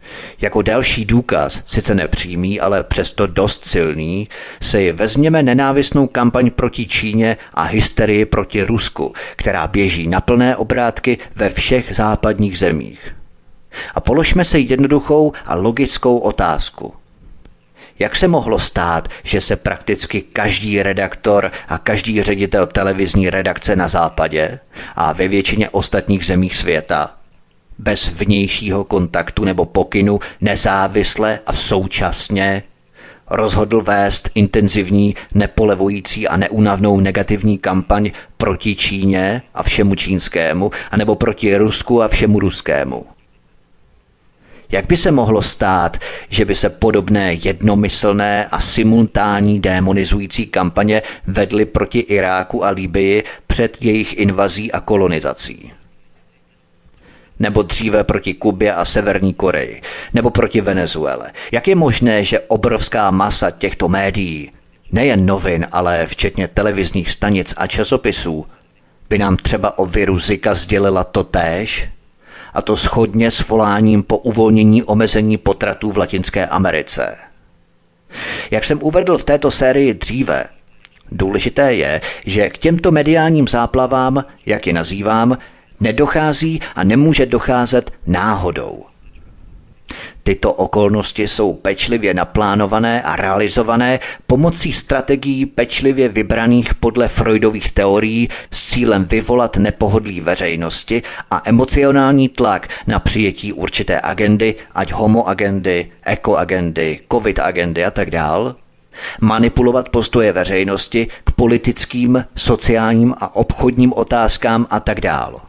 Jako další důkaz, sice nepřímý, ale přesto dost silný, si vezměme nenávistnou kampaň proti Číně a hysterii proti Rusku, která běží na plné obrátky ve všech západních zemích. A položme si jednoduchou a logickou otázku. Jak se mohlo stát, že se prakticky každý redaktor a každý ředitel televizní redakce na západě a ve většině ostatních zemích světa bez vnějšího kontaktu nebo pokynu nezávisle a současně rozhodl vést intenzivní, nepolevující a neúnavnou negativní kampaň proti Číně a všemu čínskému, anebo proti Rusku a všemu ruskému? Jak by se mohlo stát, že by se podobné jednomyslné a simultánní démonizující kampaně vedly proti Iráku a Libyi před jejich invazí a kolonizací? Nebo dříve proti Kubě a Severní Koreji, nebo proti Venezuele? Jak je možné, že obrovská masa těchto médií, nejen novin, ale včetně televizních stanic a časopisů, by nám třeba o viru Zika sdělila totéž? A to shodně s voláním po uvolnění omezení potratů v Latinské Americe. Jak jsem uvedl v této sérii dříve, důležité je, že k těmto mediálním záplavám, jak je nazývám, nedochází a nemůže docházet náhodou. Tyto okolnosti jsou pečlivě naplánované a realizované pomocí strategií pečlivě vybraných podle Freudových teorií s cílem vyvolat nepohodlí veřejnosti a emocionální tlak na přijetí určité agendy, ať homo agendy, eko agendy, covid agendy a tak dál, manipulovat postoje veřejnosti k politickým, sociálním a obchodním otázkám a tak dál.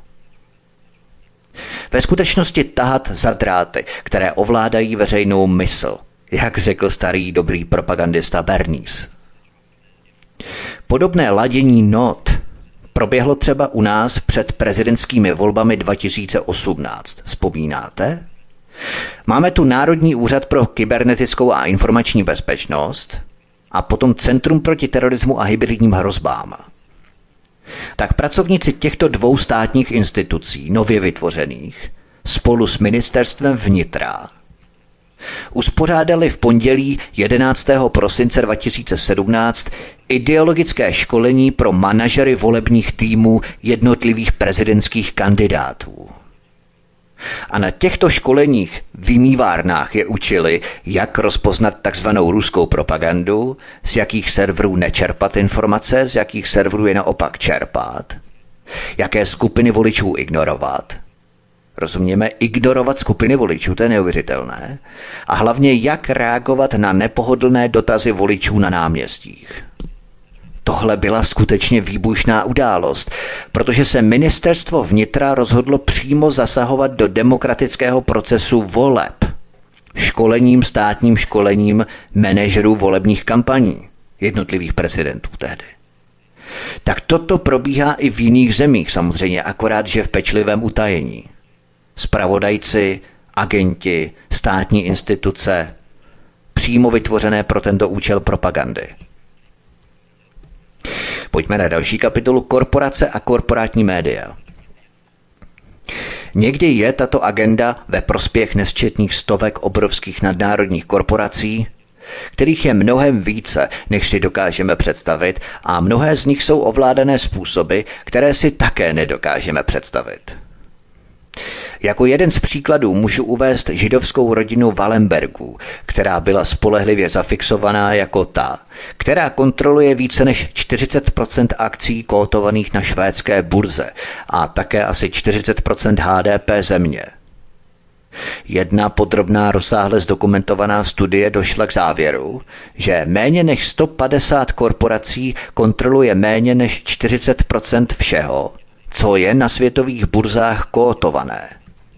Ve skutečnosti tahat za dráty, které ovládají veřejnou mysl, jak řekl starý dobrý propagandista Bernays. Podobné ladění not proběhlo třeba u nás před prezidentskými volbami dva tisíce osmnáct. Vzpomínáte? Máme tu Národní úřad pro kybernetickou a informační bezpečnost a potom Centrum proti terorismu a hybridním hrozbám. Tak pracovníci těchto dvou státních institucí, nově vytvořených, spolu s ministerstvem vnitra, uspořádali v pondělí jedenáctého prosince dva tisíce sedmnáct ideologické školení pro manažery volebních týmů jednotlivých prezidentských kandidátů. A na těchto školeních vymývárnách je učili, jak rozpoznat takzvanou ruskou propagandu, z jakých serverů nečerpat informace, z jakých serverů je naopak čerpat, jaké skupiny voličů ignorovat. Rozumíme, ignorovat skupiny voličů, to je neuvěřitelné. A hlavně, jak reagovat na nepohodlné dotazy voličů na náměstích. Tohle byla skutečně výbušná událost, protože se ministerstvo vnitra rozhodlo přímo zasahovat do demokratického procesu voleb, školením, státním školením manažerů volebních kampaní jednotlivých prezidentů tehdy. Tak toto probíhá i v jiných zemích, samozřejmě, akorát, že v pečlivém utajení. Zpravodajci, agenti, státní instituce, přímo vytvořené pro tento účel propagandy. Pojďme na další kapitolu korporace a korporátní média. Někdy je tato agenda ve prospěch nesčetných stovek obrovských nadnárodních korporací, kterých je mnohem více, než si dokážeme představit, a mnohé z nich jsou ovládané způsoby, které si také nedokážeme představit. Jako jeden z příkladů můžu uvést židovskou rodinu Wallenbergů, která byla spolehlivě zafixovaná jako ta, která kontroluje více než čtyřicet procent akcí kotovaných na švédské burze a také asi čtyřicet procent H D P země. Jedna podrobná rozsáhle zdokumentovaná studie došla k závěru, že méně než sto padesát korporací kontroluje méně než čtyřicet procent všeho, co je na světových burzách kotované.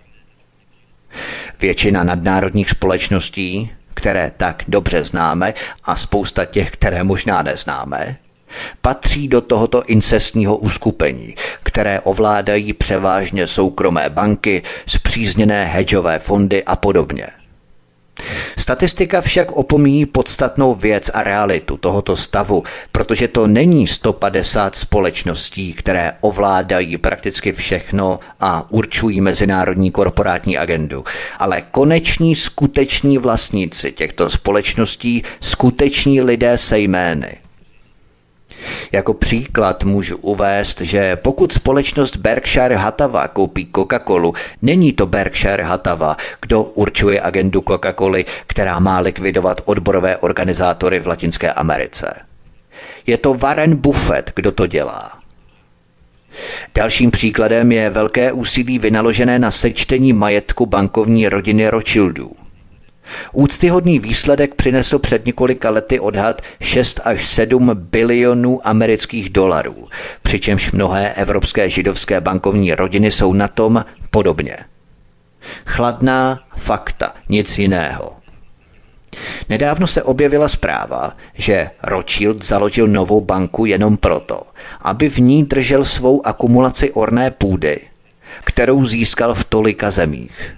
Většina nadnárodních společností, které tak dobře známe, a spousta těch, které možná neznáme, patří do tohoto incestního uskupení, které ovládají převážně soukromé banky, spřízněné hedžové fondy a podobně. Statistika však opomíjí podstatnou věc a realitu tohoto stavu, protože to není sto padesát společností, které ovládají prakticky všechno a určují mezinárodní korporátní agendu, ale koneční skuteční vlastníci těchto společností, skuteční lidé se jmény. Jako příklad můžu uvést, že pokud společnost Berkshire Hathaway koupí Coca-Colu, není to Berkshire Hathaway, kdo určuje agendu Coca-Coly, která má likvidovat odborové organizátory v Latinské Americe. Je to Warren Buffett, kdo to dělá. Dalším příkladem je velké úsilí vynaložené na sečtení majetku bankovní rodiny Rothschildů. Úctyhodný výsledek přinesl před několika lety odhad šest až sedm bilionů amerických dolarů, přičemž mnohé evropské židovské bankovní rodiny jsou na tom podobně. Chladná fakta, nic jiného. Nedávno se objevila zpráva, že Rothschild založil novou banku jenom proto, aby v ní držel svou akumulaci orné půdy, kterou získal v tolika zemích.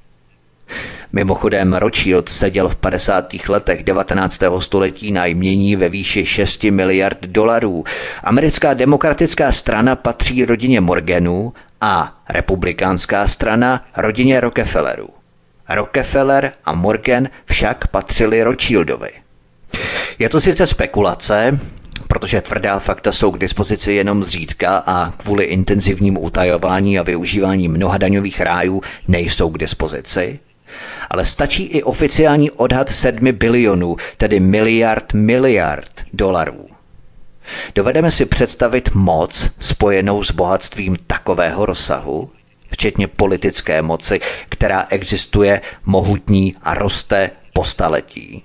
Mimochodem Rothschild seděl v padesátých letech devatenáctého století na jmění ve výši šest miliard dolarů. Americká demokratická strana patří rodině Morganů a republikánská strana rodině Rockefellerů. Rockefeller a Morgan však patřili Rothschildovi. Je to sice spekulace, protože tvrdá fakta jsou k dispozici jenom zřídka a kvůli intenzivnímu utajování a využívání mnoha daňových rájů nejsou k dispozici, ale stačí i oficiální odhad sedmi bilionů, tedy miliard miliard dolarů. Dovedeme si představit moc spojenou s bohatstvím takového rozsahu, včetně politické moci, která existuje, mohutní a roste po staletí.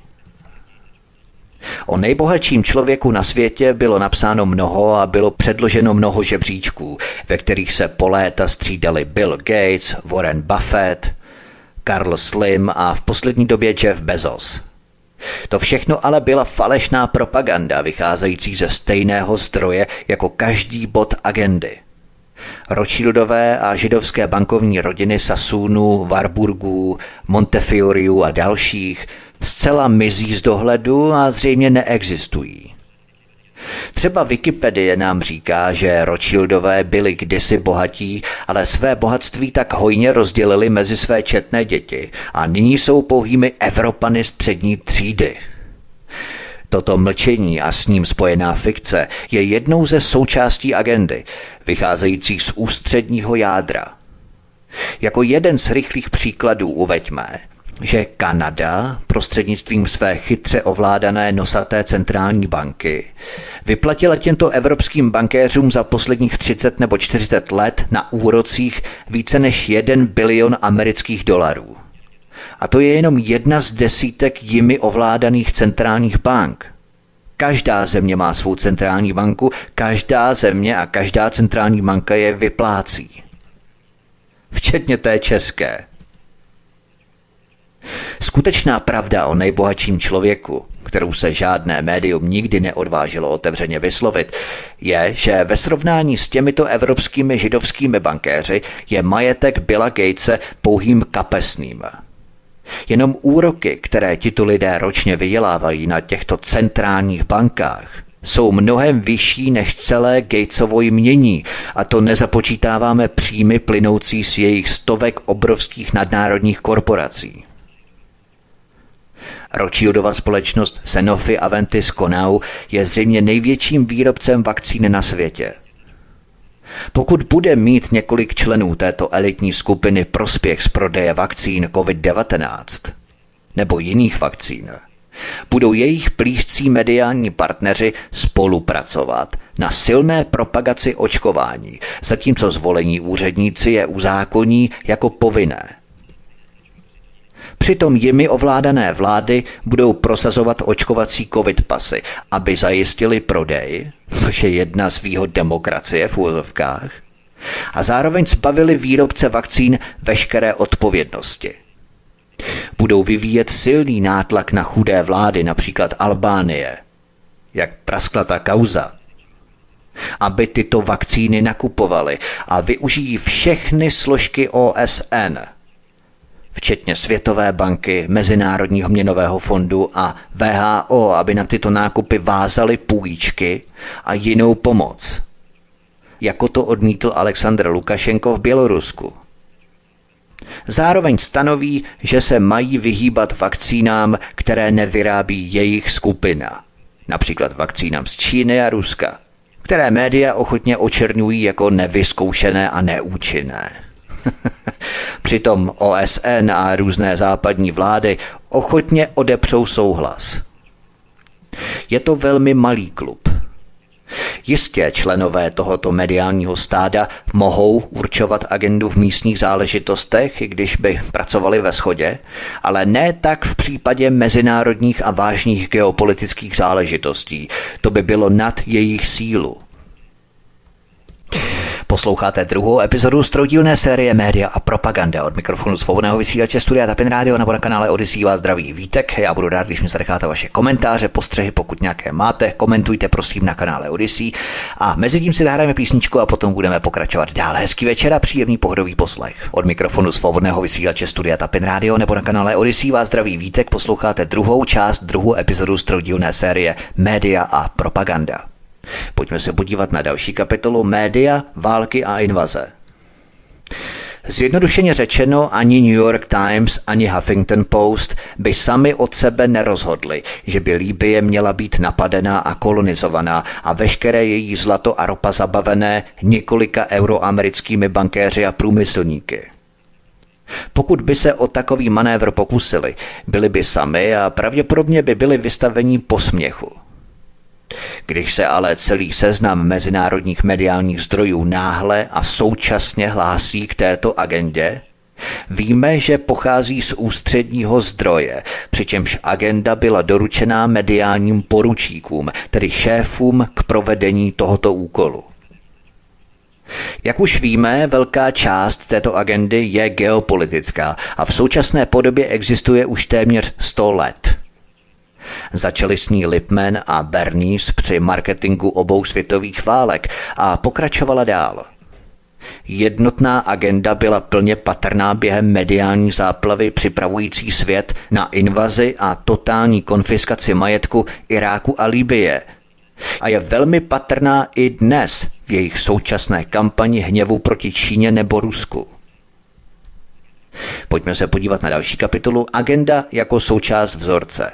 O nejbohatším člověku na světě bylo napsáno mnoho a bylo předloženo mnoho žebříčků, ve kterých se po léta střídali Bill Gates, Warren Buffett, Carl Slim a v poslední době Jeff Bezos. To všechno ale byla falešná propaganda vycházející ze stejného zdroje jako každý bod agendy. Rothschildové a židovské bankovní rodiny Sassoonů, Warburgů, Montefioriů a dalších zcela mizí z dohledu a zřejmě neexistují. Třeba Wikipedie nám říká, že Rothschildové byli kdysi bohatí, ale své bohatství tak hojně rozdělili mezi své četné děti a nyní jsou pouhými Evropany střední třídy. Toto mlčení a s ním spojená fikce je jednou ze součástí agendy, vycházející z ústředního jádra. Jako jeden z rychlých příkladů uveďme, že Kanada prostřednictvím své chytře ovládané nosaté centrální banky vyplatila těmto evropským bankéřům za posledních třicet nebo čtyřicet let na úrocích více než jeden bilion amerických dolarů. A to je jenom jedna z desítek jimi ovládaných centrálních bank. Každá země má svou centrální banku, každá země a každá centrální banka je vyplácí. Včetně té české. Skutečná pravda o nejbohatším člověku, kterou se žádné médium nikdy neodvážilo otevřeně vyslovit, je, že ve srovnání s těmito evropskými židovskými bankéři je majetek Billa Gatese pouhým kapesným. Jenom úroky, které tito lidé ročně vydělávají na těchto centrálních bankách, jsou mnohem vyšší než celé Gatesovo jmění, a to nezapočítáváme příjmy plynoucí z jejich stovek obrovských nadnárodních korporací. Rothschildova společnost Sanofi Aventis Conau je zřejmě největším výrobcem vakcín na světě. Pokud bude mít několik členů této elitní skupiny prospěch z prodeje vakcín covid devatenáct nebo jiných vakcín, budou jejich blízcí mediální partneři spolupracovat na silné propagaci očkování, zatímco zvolení úředníci je uzákoní jako povinné. Přitom jimi ovládané vlády budou prosazovat očkovací covid pasy, aby zajistili prodej, což je jedna z výhod demokracie v úvozovkách, a zároveň zbavili výrobce vakcín veškeré odpovědnosti. Budou vyvíjet silný nátlak na chudé vlády, například Albánie, jak praskla ta kauza, aby tyto vakcíny nakupovaly a využijí všechny složky O S N, včetně Světové banky, Mezinárodního měnového fondu a W H O, aby na tyto nákupy vázaly půjčky a jinou pomoc, jako to odmítl Alexandr Lukašenko v Bělorusku. Zároveň stanoví, že se mají vyhýbat vakcínám, které nevyrábí jejich skupina, například vakcínám z Číny a Ruska, které média ochotně očerňují jako nevyzkoušené a neúčinné. Přitom O S N a různé západní vlády ochotně odepřou souhlas. Je to velmi malý klub. Jistě členové tohoto mediálního stáda mohou určovat agendu v místních záležitostech, i když by pracovali ve shodě, ale ne tak v případě mezinárodních a vážných geopolitických záležitostí. To by bylo nad jejich sílu. Posloucháte druhou epizodu z trojdílné série Média a propaganda. Od mikrofonu svobodného vysílače Studia Tapin Radio nebo na kanále Odyssey vás zdraví Vítek. Já budu rád, když mi zanecháte vaše komentáře, postřehy, pokud nějaké máte. Komentujte prosím na kanále Odyssey. A mezi tím si zahrajeme písničku a potom budeme pokračovat dál. Hezký večer a příjemný pohodový poslech. Od mikrofonu svobodného vysílače Studia Tapin Radio nebo na kanále Odyssey vás zdraví Vítek. Posloucháte druhou část, druhou epizodu z trojdílné série Média a propaganda. Pojďme se podívat na další kapitolu Média, války a invaze. Zjednodušeně řečeno, ani New York Times, ani Huffington Post by sami od sebe nerozhodli, že by Libye měla být napadená a kolonizovaná a veškeré její zlato a ropa zabavené několika euroamerickými bankéři a průmyslníky. Pokud by se o takový manévr pokusili, byli by sami a pravděpodobně by byli vystaveni posměchu. Když se ale celý seznam mezinárodních mediálních zdrojů náhle a současně hlásí k této agendě, víme, že pochází z ústředního zdroje, přičemž agenda byla doručená mediálním poručíkům, tedy šéfům k provedení tohoto úkolu. Jak už víme, velká část této agendy je geopolitická a v současné podobě existuje už téměř sto let. Začali s ní Lippmann a Bernays při marketingu obou světových válek a pokračovala dál. Jednotná agenda byla plně patrná během mediální záplavy připravující svět na invazi a totální konfiskaci majetku Iráku a Libye. A je velmi patrná i dnes v jejich současné kampani hněvu proti Číně nebo Rusku. Pojďme se podívat na další kapitolu Agenda jako součást vzorce.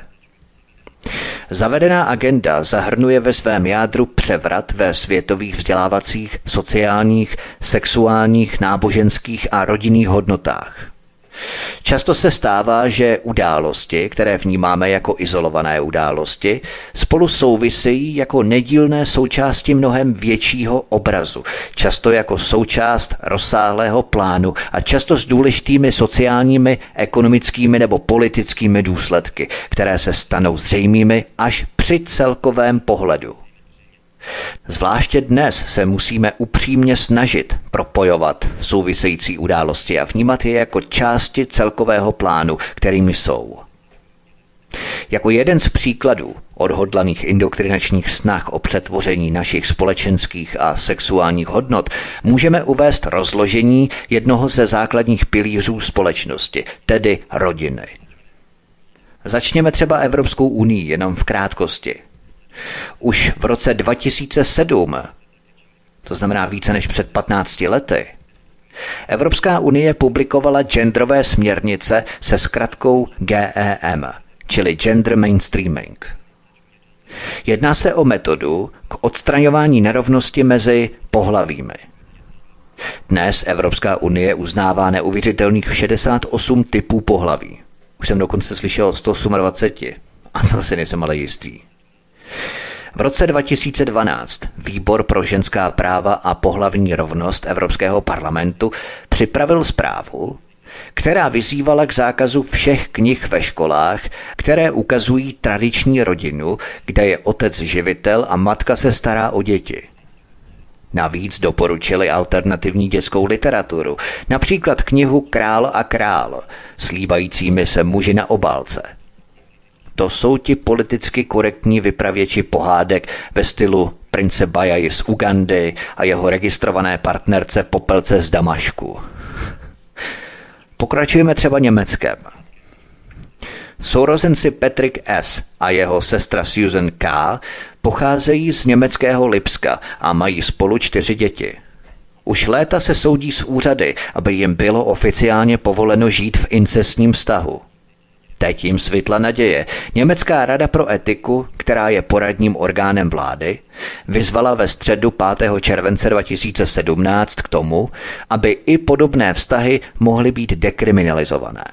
Zavedená agenda zahrnuje ve svém jádru převrat ve světových vzdělávacích, sociálních, sexuálních, náboženských a rodinných hodnotách. Často se stává, že události, které vnímáme jako izolované události, spolu souvisejí jako nedílné součásti mnohem většího obrazu, často jako součást rozsáhlého plánu a často s důležitými sociálními, ekonomickými nebo politickými důsledky, které se stanou zřejmými až při celkovém pohledu. Zvláště dnes se musíme upřímně snažit propojovat související události a vnímat je jako části celkového plánu, kterými jsou. Jako jeden z příkladů odhodlaných indoktrinačních snah o přetvoření našich společenských a sexuálních hodnot můžeme uvést rozložení jednoho ze základních pilířů společnosti, tedy rodiny. Začněme třeba Evropskou unii jenom v krátkosti. Už v roce dva tisíce sedm, to znamená více než před patnácti lety, Evropská unie publikovala genderové směrnice se zkratkou G E M, čili Gender Mainstreaming. Jedná se o metodu k odstraňování nerovnosti mezi pohlavími. Dnes Evropská unie uznává neuvěřitelných šedesát osm typů pohlaví. Už jsem dokonce slyšel o sto dvacet osm, a to si nejsem ale jistý. V roce dva tisíce dvanáct Výbor pro ženská práva a pohlavní rovnost Evropského parlamentu připravil zprávu, která vyzývala k zákazu všech knih ve školách, které ukazují tradiční rodinu, kde je otec živitel a matka se stará o děti. Navíc doporučili alternativní dětskou literaturu, například knihu Král a král, s líbajícími se muži na obálce. To jsou ti politicky korektní vypravěči pohádek ve stylu prince Bajaji z Ugandy a jeho registrované partnerce Popelce z Damašku. Pokračujeme třeba Německem. Sourozenci Patrick S. a jeho sestra Susan K. pocházejí z německého Lipska a mají spolu čtyři děti. Už léta se soudí s úřady, aby jim bylo oficiálně povoleno žít v incestním vztahu. Teď jim svitla naděje. Německá rada pro etiku, která je poradním orgánem vlády, vyzvala ve středu pátého července dva tisíce sedmnáct k tomu, aby i podobné vztahy mohly být dekriminalizované.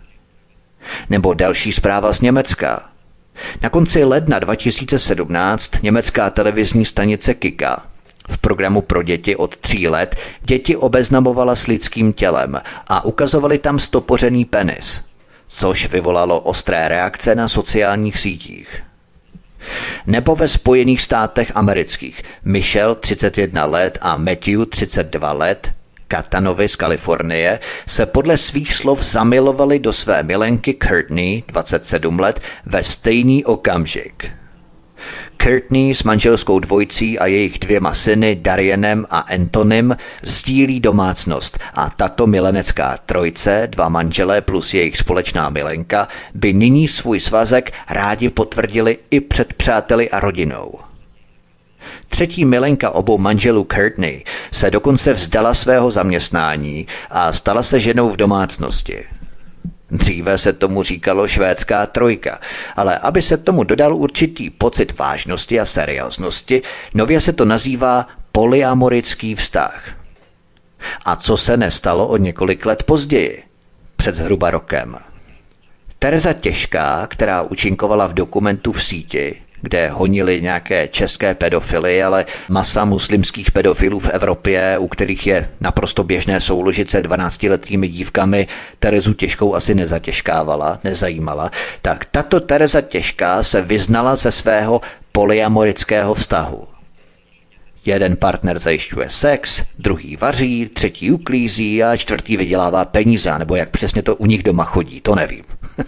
Nebo další zpráva z Německa. Na konci ledna dva tisíce sedmnáct německá televizní stanice Kika v programu pro děti od tří let děti obeznamovala s lidským tělem a ukazovali tam stopořený penis, což vyvolalo ostré reakce na sociálních sítích. Nebo ve Spojených státech amerických Michelle třicet jedna let a Matthew třicet dva let, Katanovi z Kalifornie, se podle svých slov zamilovali do své milenky Courtney, dvacet sedm let, ve stejný okamžik. Courtney s manželskou dvojcí a jejich dvěma syny Darianem a Antonym sdílí domácnost a tato milenecká trojce, dva manželé plus jejich společná milenka, by nyní svůj svazek rádi potvrdili i před přáteli a rodinou. Třetí milenka obou manželů Courtney se dokonce vzdala svého zaměstnání a stala se ženou v domácnosti. Dříve se tomu říkalo švédská trojka, ale aby se tomu dodal určitý pocit vážnosti a serióznosti, nově se to nazývá polyamorický vztah. A co se nestalo o několik let později, před zhruba rokem? Tereza Těžká, která účinkovala v dokumentu V síti, kde honili nějaké české pedofily, ale masa muslimských pedofilů v Evropě, u kterých je naprosto běžné souložit se dvanáctiletými dívkami, Terezu Těžkou asi nezatěžkávala, nezajímala, tak tato Tereza Těžká se vyznala ze svého polyamorického vztahu. Jeden partner zajišťuje sex, druhý vaří, třetí uklízí a čtvrtý vydělává peníze, nebo jak přesně to u nich doma chodí, to nevím.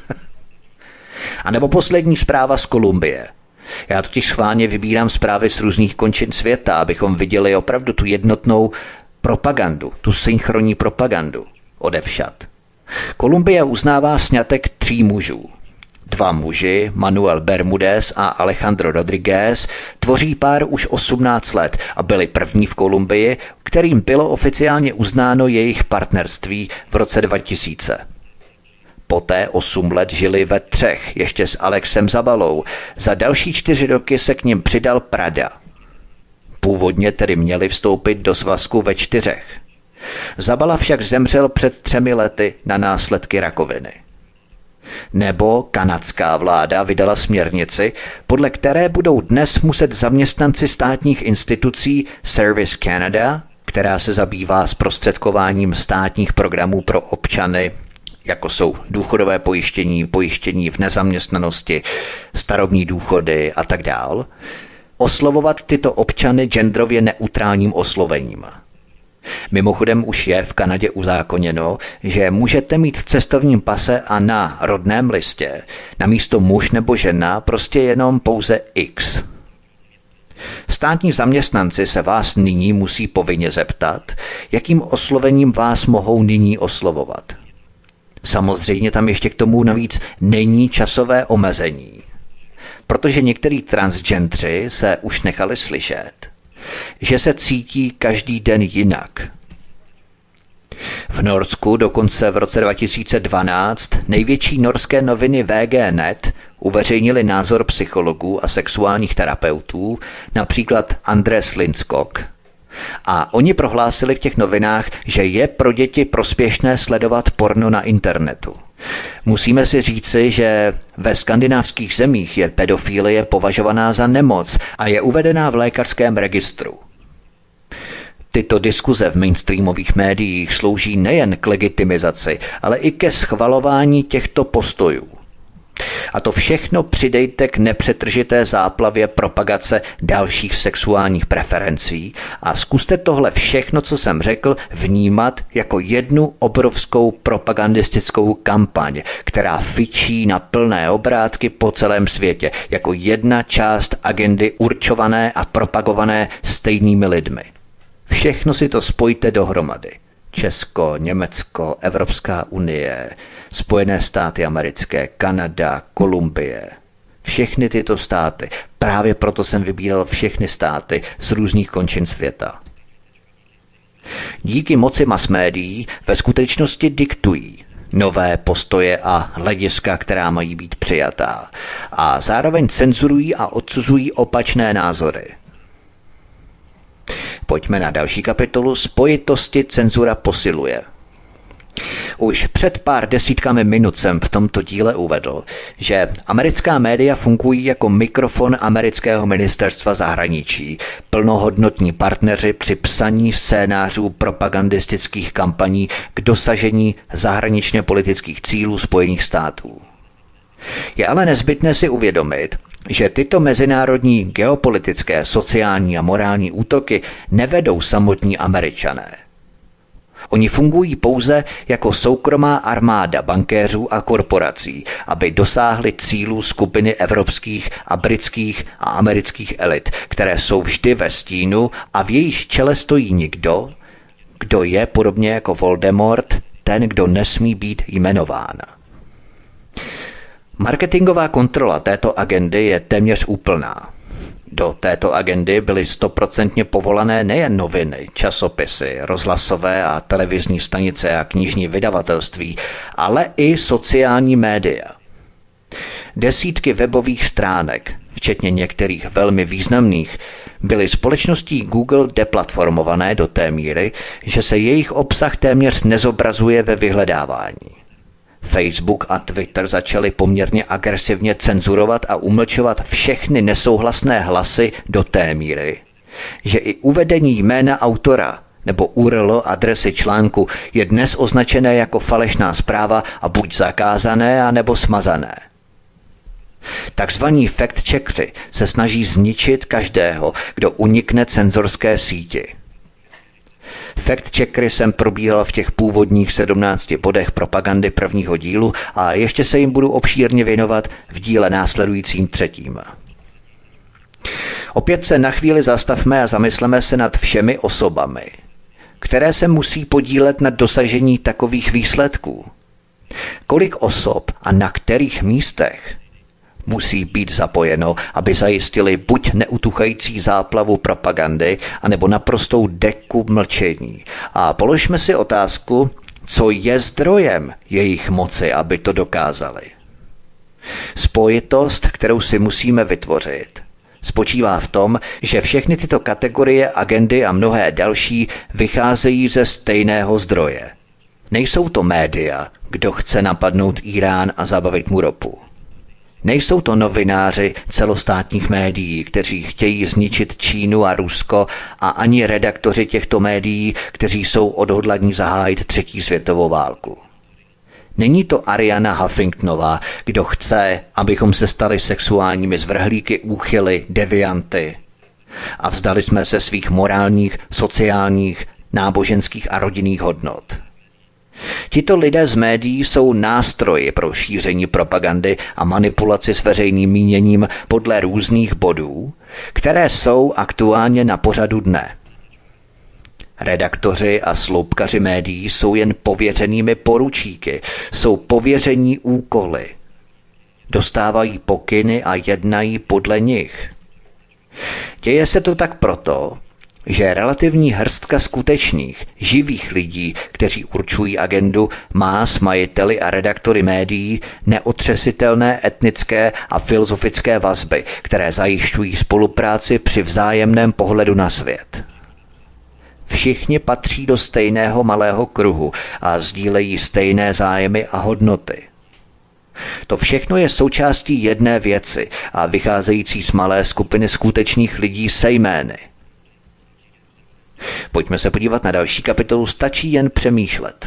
A nebo poslední zpráva z Kolumbie. Já totiž schválně vybírám zprávy z různých končin světa, abychom viděli opravdu tu jednotnou propagandu, tu synchronní propagandu odevšad. Kolumbie uznává sňatek tří mužů. Dva muži, Manuel Bermudez a Alejandro Rodriguez, tvoří pár už osmnáct let a byli první v Kolumbii, kterým bylo oficiálně uznáno jejich partnerství v roce dva tisíce. Poté osm let žili ve třech, ještě s Alexem Zabalou. Za další čtyři roky se k nim přidal Prada. Původně tedy měli vstoupit do svazku ve čtyřech. Zabala však zemřel před třemi lety na následky rakoviny. Nebo kanadská vláda vydala směrnici, podle které budou dnes muset zaměstnanci státních institucí Service Canada, která se zabývá zprostředkováním státních programů pro občany, jako jsou důchodové pojištění, pojištění v nezaměstnanosti, starobní důchody a tak dál, oslovovat tyto občany genderově neutrálním oslovením. Mimochodem už je v Kanadě uzákoněno, že můžete mít v cestovním pase a na rodném listě namísto muž nebo žena prostě jenom pouze X. Státní zaměstnanci se vás nyní musí povinně zeptat, jakým oslovením vás mohou nyní oslovovat. Samozřejmě tam ještě k tomu navíc není časové omezení, protože některý transgendři se už nechali slyšet, že se cítí každý den jinak. V Norsku dokonce v roce dva tisíce dvanáct největší norské noviny V G tečka net uveřejnili názor psychologů a sexuálních terapeutů, například Andres Lindskog. A oni prohlásili v těch novinách, že je pro děti prospěšné sledovat porno na internetu. Musíme si říci, že ve skandinávských zemích je pedofilie považovaná za nemoc a je uvedená v lékařském registru. Tyto diskuze v mainstreamových médiích slouží nejen k legitimizaci, ale i ke schvalování těchto postojů. A to všechno přidejte k nepřetržité záplavě propagace dalších sexuálních preferencí a zkuste tohle všechno, co jsem řekl, vnímat jako jednu obrovskou propagandistickou kampaň, která fičí na plné obrátky po celém světě, jako jedna část agendy určované a propagované stejnými lidmi. Všechno si to spojte dohromady. Česko, Německo, Evropská unie, Spojené státy americké, Kanada, Kolumbie. Všechny tyto státy. Právě proto jsem vybíral všechny státy z různých končin světa. Díky moci masmédií ve skutečnosti diktují nové postoje a hlediska, která mají být přijatá. A zároveň cenzurují a odsuzují opačné názory. Pojďme na další kapitolu. Spojitosti cenzura posiluje. Už před pár desítkami minut jsem v tomto díle uvedl, že americká média fungují jako mikrofon amerického ministerstva zahraničí, plnohodnotní partneři při psaní scénářů propagandistických kampaní k dosažení zahraničně politických cílů Spojených států. Je ale nezbytné si uvědomit, že tyto mezinárodní geopolitické, sociální a morální útoky nevedou samotní Američané. Oni fungují pouze jako soukromá armáda bankéřů a korporací, aby dosáhli cílů skupiny evropských a britských a amerických elit, které jsou vždy ve stínu a v jejíž čele stojí někdo, kdo je podobně jako Voldemort, ten, kdo nesmí být jmenován. Marketingová kontrola této agendy je téměř úplná. Do této agendy byly stoprocentně povolané nejen noviny, časopisy, rozhlasové a televizní stanice a knižní vydavatelství, ale i sociální média. Desítky webových stránek, včetně některých velmi významných, byly společností Google deplatformované do té míry, že se jejich obsah téměř nezobrazuje ve vyhledávání. Facebook a Twitter začaly poměrně agresivně cenzurovat a umlčovat všechny nesouhlasné hlasy do té míry, že i uvedení jména autora nebo U R L adresy článku je dnes označené jako falešná zpráva a buď zakázané, anebo smazané. Takzvaní fact-checkři se snaží zničit každého, kdo unikne cenzorské síti. Fact-checkery jsem probíral v těch původních sedmnácti bodech propagandy prvního dílu a ještě se jim budu obšírně věnovat v díle následujícím třetím. Opět se na chvíli zastavme a zamysleme se nad všemi osobami, které se musí podílet na dosažení takových výsledků. Kolik osob a na kterých místech musí být zapojeno, aby zajistili buď neutuchající záplavu propagandy, anebo naprostou deku mlčení. A položme si otázku, co je zdrojem jejich moci, aby to dokázali. Spojitost, kterou si musíme vytvořit, spočívá v tom, že všechny tyto kategorie, agendy a mnohé další vycházejí ze stejného zdroje. Nejsou to média, kdo chce napadnout Irán a zabavit mu ropu. Nejsou to novináři celostátních médií, kteří chtějí zničit Čínu a Rusko, a ani redaktoři těchto médií, kteří jsou odhodlaní zahájit třetí světovou válku. Není to Ariana Huffingtonová, kdo chce, abychom se stali sexuálními zvrhlíky, úchyly, devianty a vzdali jsme se svých morálních, sociálních, náboženských a rodinných hodnot. Tito lidé z médií jsou nástroji pro šíření propagandy a manipulaci s veřejným míněním podle různých bodů, které jsou aktuálně na pořadu dne. Redaktoři a sloupkaři médií jsou jen pověřenými poručíky, jsou pověření úkoly. Dostávají pokyny a jednají podle nich. Děje se to tak proto, že relativní hrstka skutečných, živých lidí, kteří určují agendu, má s majiteli a redaktory médií neotřesitelné etnické a filozofické vazby, které zajišťují spolupráci při vzájemném pohledu na svět. Všichni patří do stejného malého kruhu a sdílejí stejné zájmy a hodnoty. To všechno je součástí jedné věci a vycházející z malé skupiny skutečných lidí se jmény. Pojďme se podívat na další kapitolu Stačí jen přemýšlet.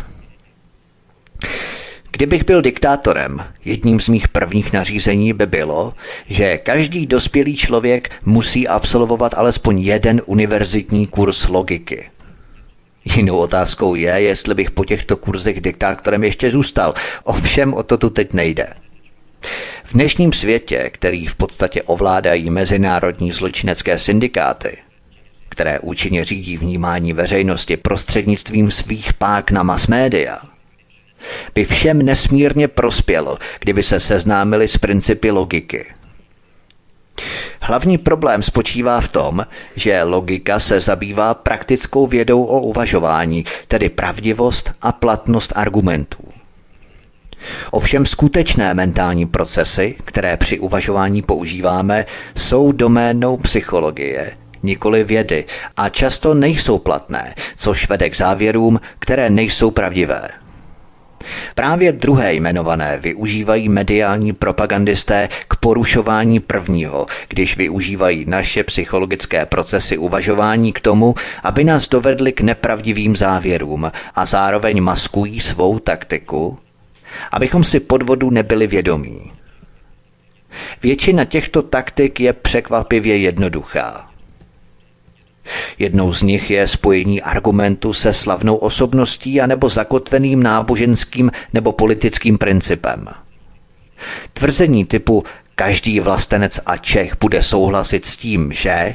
Kdybych byl diktátorem, jedním z mých prvních nařízení by bylo, že každý dospělý člověk musí absolvovat alespoň jeden univerzitní kurz logiky. Jinou otázkou je, jestli bych po těchto kurzech diktátorem ještě zůstal. Ovšem o to tu teď nejde. V dnešním světě, který v podstatě ovládají mezinárodní zločinecké syndikáty, které účinně řídí vnímání veřejnosti prostřednictvím svých pák na mass média, by všem nesmírně prospělo, kdyby se seznámili s principy logiky. Hlavní problém spočívá v tom, že logika se zabývá praktickou vědou o uvažování, tedy pravdivost a platnost argumentů. Ovšem skutečné mentální procesy, které při uvažování používáme, jsou doménou psychologie, nikoli vědy, a často nejsou platné, což vede k závěrům, které nejsou pravdivé. Právě druhé jmenované využívají mediální propagandisté k porušování prvního, když využívají naše psychologické procesy uvažování k tomu, aby nás dovedli k nepravdivým závěrům a zároveň maskují svou taktiku, abychom si podvodu nebyli vědomí. Většina těchto taktik je překvapivě jednoduchá. Jednou z nich je spojení argumentu se slavnou osobností anebo zakotveným náboženským nebo politickým principem. Tvrzení typu každý vlastenec a Čech bude souhlasit s tím, že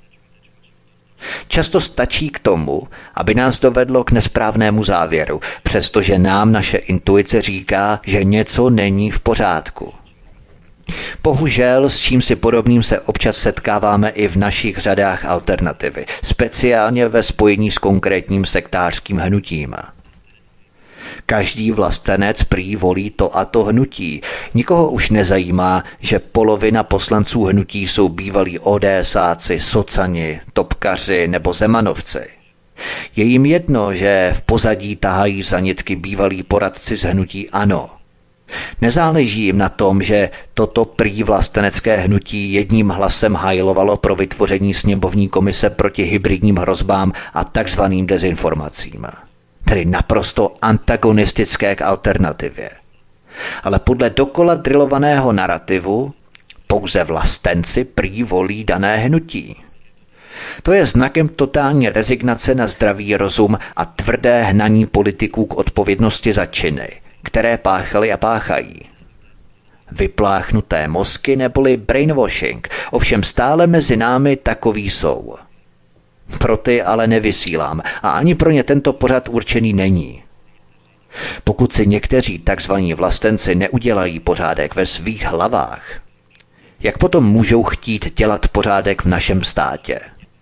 často stačí k tomu, aby nás dovedlo k nesprávnému závěru, přestože nám naše intuice říká, že něco není v pořádku. Bohužel s čím si podobným se občas setkáváme i v našich řadách alternativy, speciálně ve spojení s konkrétním sektářským hnutím. Každý vlastenec prý volí to a to hnutí. Nikoho už nezajímá, že polovina poslanců hnutí jsou bývalí ODSáci, socani, topkaři nebo zemanovci. Je jim jedno, že v pozadí tahají za nitky bývalí poradci z hnutí ANO. Nezáleží jim na tom, že toto prý vlastenecké hnutí jedním hlasem hajlovalo pro vytvoření sněmovní komise proti hybridním hrozbám a takzvaným dezinformacím. Tedy naprosto antagonistické k alternativě. Ale podle dokola drilovaného narrativu pouze vlastenci prý volí dané hnutí. To je znakem totální rezignace na zdravý rozum a tvrdé hnaní politiků k odpovědnosti za činy, které páchali a páchají. Vypláchnuté mozky neboli brainwashing, ovšem stále mezi námi takový jsou. Pro ty ale nevysílám a ani pro ně tento pořad určený není. Pokud si někteří takzvaní vlastenci neudělají pořádek ve svých hlavách, jak potom můžou chtít dělat pořádek v našem státě?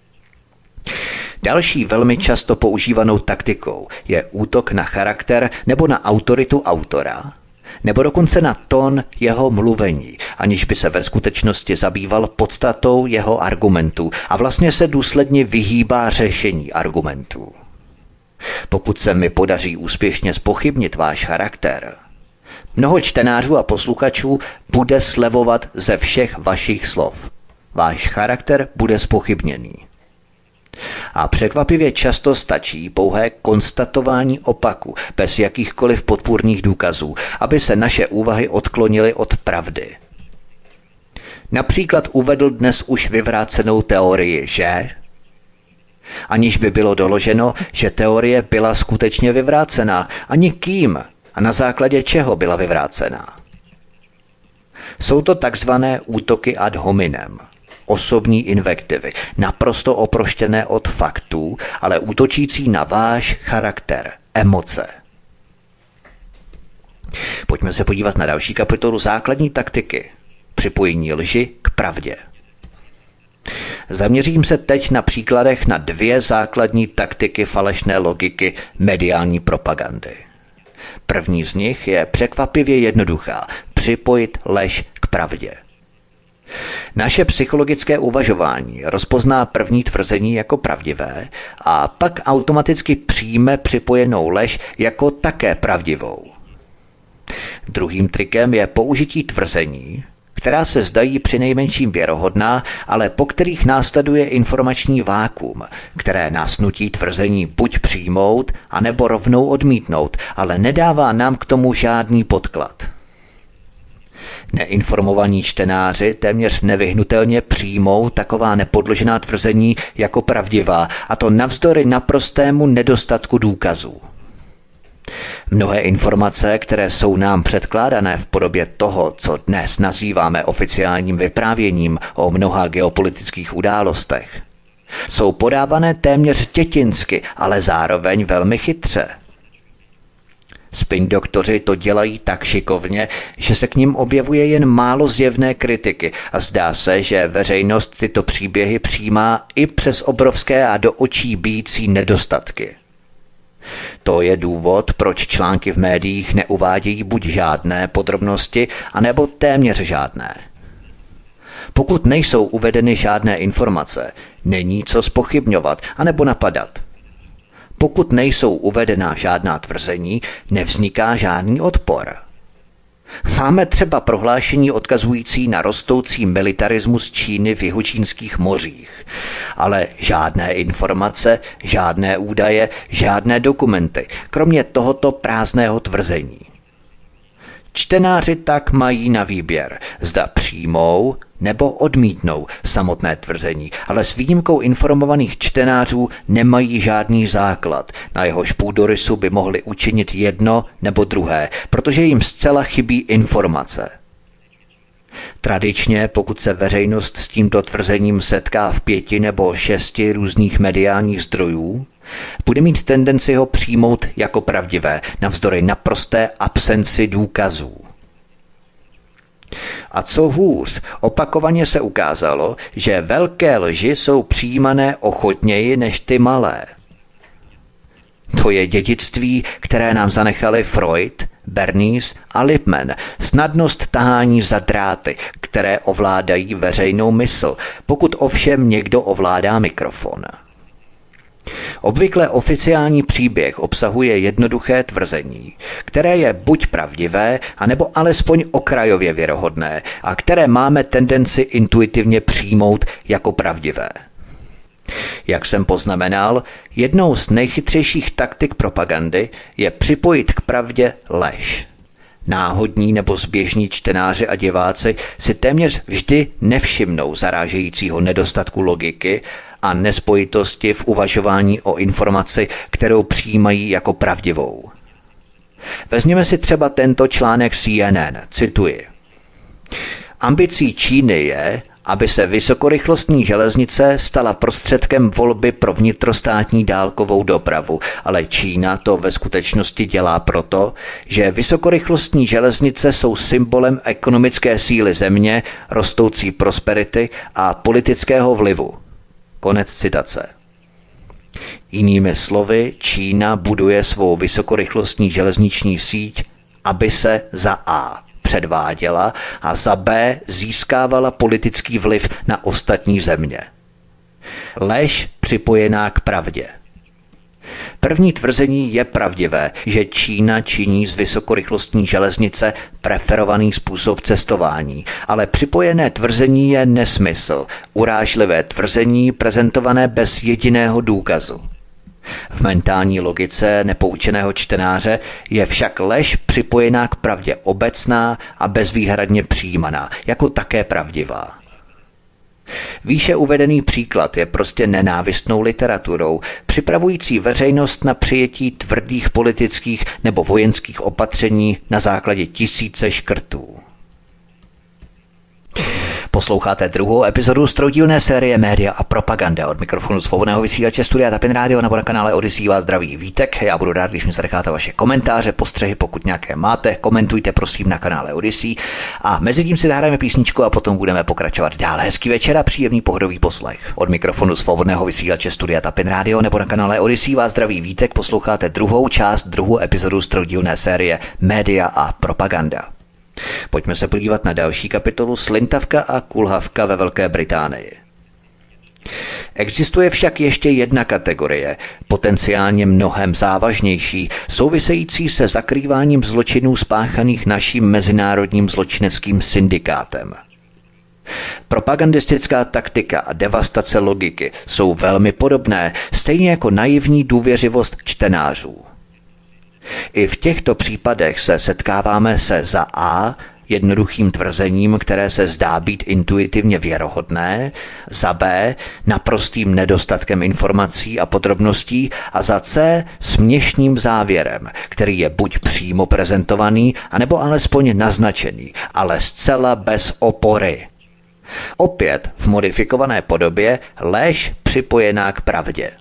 Další velmi často používanou taktikou je útok na charakter nebo na autoritu autora, nebo dokonce na tón jeho mluvení, aniž by se ve skutečnosti zabýval podstatou jeho argumentů a vlastně se důsledně vyhýbá řešení argumentů. Pokud se mi podaří úspěšně zpochybnit váš charakter, mnoho čtenářů a posluchačů bude slevovat ze všech vašich slov. Váš charakter bude zpochybněný. A překvapivě často stačí pouhé konstatování opaku, bez jakýchkoliv podpůrných důkazů, aby se naše úvahy odklonily od pravdy. Například uvedl dnes už vyvrácenou teorii, že? Aniž by bylo doloženo, že teorie byla skutečně vyvrácená, ani kým a na základě čeho byla vyvrácená. Jsou to takzvané útoky ad hominem. Osobní invektivy, naprosto oproštěné od faktů, ale útočící na váš charakter, emoce. Pojďme se podívat na další kapitolu základní taktiky. Připojení lži k pravdě. Zaměřím se teď na příkladech na dvě základní taktiky falešné logiky mediální propagandy. První z nich je překvapivě jednoduchá. Připojit lež k pravdě. Naše psychologické uvažování rozpozná první tvrzení jako pravdivé a pak automaticky přijme připojenou lež jako také pravdivou. Druhým trikem je použití tvrzení, která se zdají přinejmenším věrohodná, ale po kterých následuje informační vákuum, které nás nutí tvrzení buď přijmout, anebo rovnou odmítnout, ale nedává nám k tomu žádný podklad. Neinformovaní čtenáři téměř nevyhnutelně přijmou taková nepodložená tvrzení jako pravdivá, a to navzdory naprostému nedostatku důkazů. Mnohé informace, které jsou nám předkládané v podobě toho, co dnes nazýváme oficiálním vyprávěním o mnoha geopolitických událostech, Jsou podávané téměř dětinsky, ale zároveň velmi chytře. Spin doktoři to dělají tak šikovně, že se k nim objevuje jen málo zjevné kritiky a zdá se, že veřejnost tyto příběhy přijímá i přes obrovské a do očí bijící nedostatky. To je důvod, proč články v médiích neuvádějí buď žádné podrobnosti, anebo téměř žádné. Pokud nejsou uvedeny žádné informace, není co zpochybňovat anebo napadat. Pokud nejsou uvedena žádná tvrzení, nevzniká žádný odpor. Máme třeba prohlášení odkazující na rostoucí militarismus Číny v jihočínských mořích, ale žádné informace, žádné údaje, žádné dokumenty, kromě tohoto prázdného tvrzení. Čtenáři tak mají na výběr, zda přijmou nebo odmítnou samotné tvrzení, ale s výjimkou informovaných čtenářů nemají žádný základ, na jehož půdorysu by mohli učinit jedno nebo druhé, protože jim zcela chybí informace. Tradičně, pokud se veřejnost s tímto tvrzením setká v pěti nebo šesti různých mediálních zdrojů, bude mít tendenci ho přijmout jako pravdivé, navzdory naprosté absenci důkazů. A co hůř, opakovaně se ukázalo, že velké lži jsou přijímané ochotněji než ty malé. To je dědictví, které nám zanechali Freud, Bernays a Lippmann, snadnost tahání za dráty, které ovládají veřejnou mysl, pokud ovšem někdo ovládá mikrofon. Obvykle oficiální příběh obsahuje jednoduché tvrzení, které je buď pravdivé, anebo alespoň okrajově věrohodné a které máme tendenci intuitivně přijmout jako pravdivé. Jak jsem poznamenal, jednou z nejchytřejších taktik propagandy je připojit k pravdě lež. Náhodní nebo zběžní čtenáři a diváci si téměř vždy nevšimnou zarážejícího nedostatku logiky a nespojitosti v uvažování o informaci, kterou přijímají jako pravdivou. Vezměme si třeba tento článek C N N, cituji. Ambicí Číny je, aby se vysokorychlostní železnice stala prostředkem volby pro vnitrostátní dálkovou dopravu, ale Čína to ve skutečnosti dělá proto, že vysokorychlostní železnice jsou symbolem ekonomické síly země, rostoucí prosperity a politického vlivu. Konec citace. Jinými slovy, Čína buduje svou vysokorychlostní železniční síť, aby se za A předváděla a za B získávala politický vliv na ostatní země. Lež připojená k pravdě. První tvrzení je pravdivé, že Čína činí z vysokorychlostní železnice preferovaný způsob cestování, ale připojené tvrzení je nesmysl, urážlivé tvrzení prezentované bez jediného důkazu. V mentální logice nepoučeného čtenáře je však lež připojená k pravdě obecná a bezvýhradně přijímaná, jako také pravdivá. Výše uvedený příklad je prostě nenávistnou literaturou, připravující veřejnost na přijetí tvrdých politických nebo vojenských opatření na základě tisíce škrtů. Posloucháte druhou epizodu z trojdílné série Média a propaganda. Od mikrofonu svobodného vysílače Studia Tapin Radio nebo na kanále Odyssey vás zdraví Vítek. Já budu rád, když mi zanecháte vaše komentáře, postřehy, pokud nějaké máte, komentujte prosím na kanále Odyssey. A mezi tím si zahrajeme písničku a potom budeme pokračovat dál. Hezký večer a příjemný pohodový poslech. Od mikrofonu svobodného vysílače Studia Tapin Radio nebo na kanále Odyssey vás zdraví Vítek. Posloucháte druhou část, druhou epizodu z trojdílné série Média a propaganda. Pojďme se podívat na další kapitolu Slintavka a kulhavka ve Velké Británii. Existuje však ještě jedna kategorie, potenciálně mnohem závažnější, související se zakrýváním zločinů spáchaných naším mezinárodním zločineckým syndikátem. Propagandistická taktika a devastace logiky jsou velmi podobné, stejně jako naivní důvěřivost čtenářů. I v těchto případech se setkáváme se za A jednoduchým tvrzením, které se zdá být intuitivně věrohodné, za B naprostým nedostatkem informací a podrobností a za C směšným závěrem, který je buď přímo prezentovaný, anebo alespoň naznačený, ale zcela bez opory. Opět v modifikované podobě lež připojená k pravdě.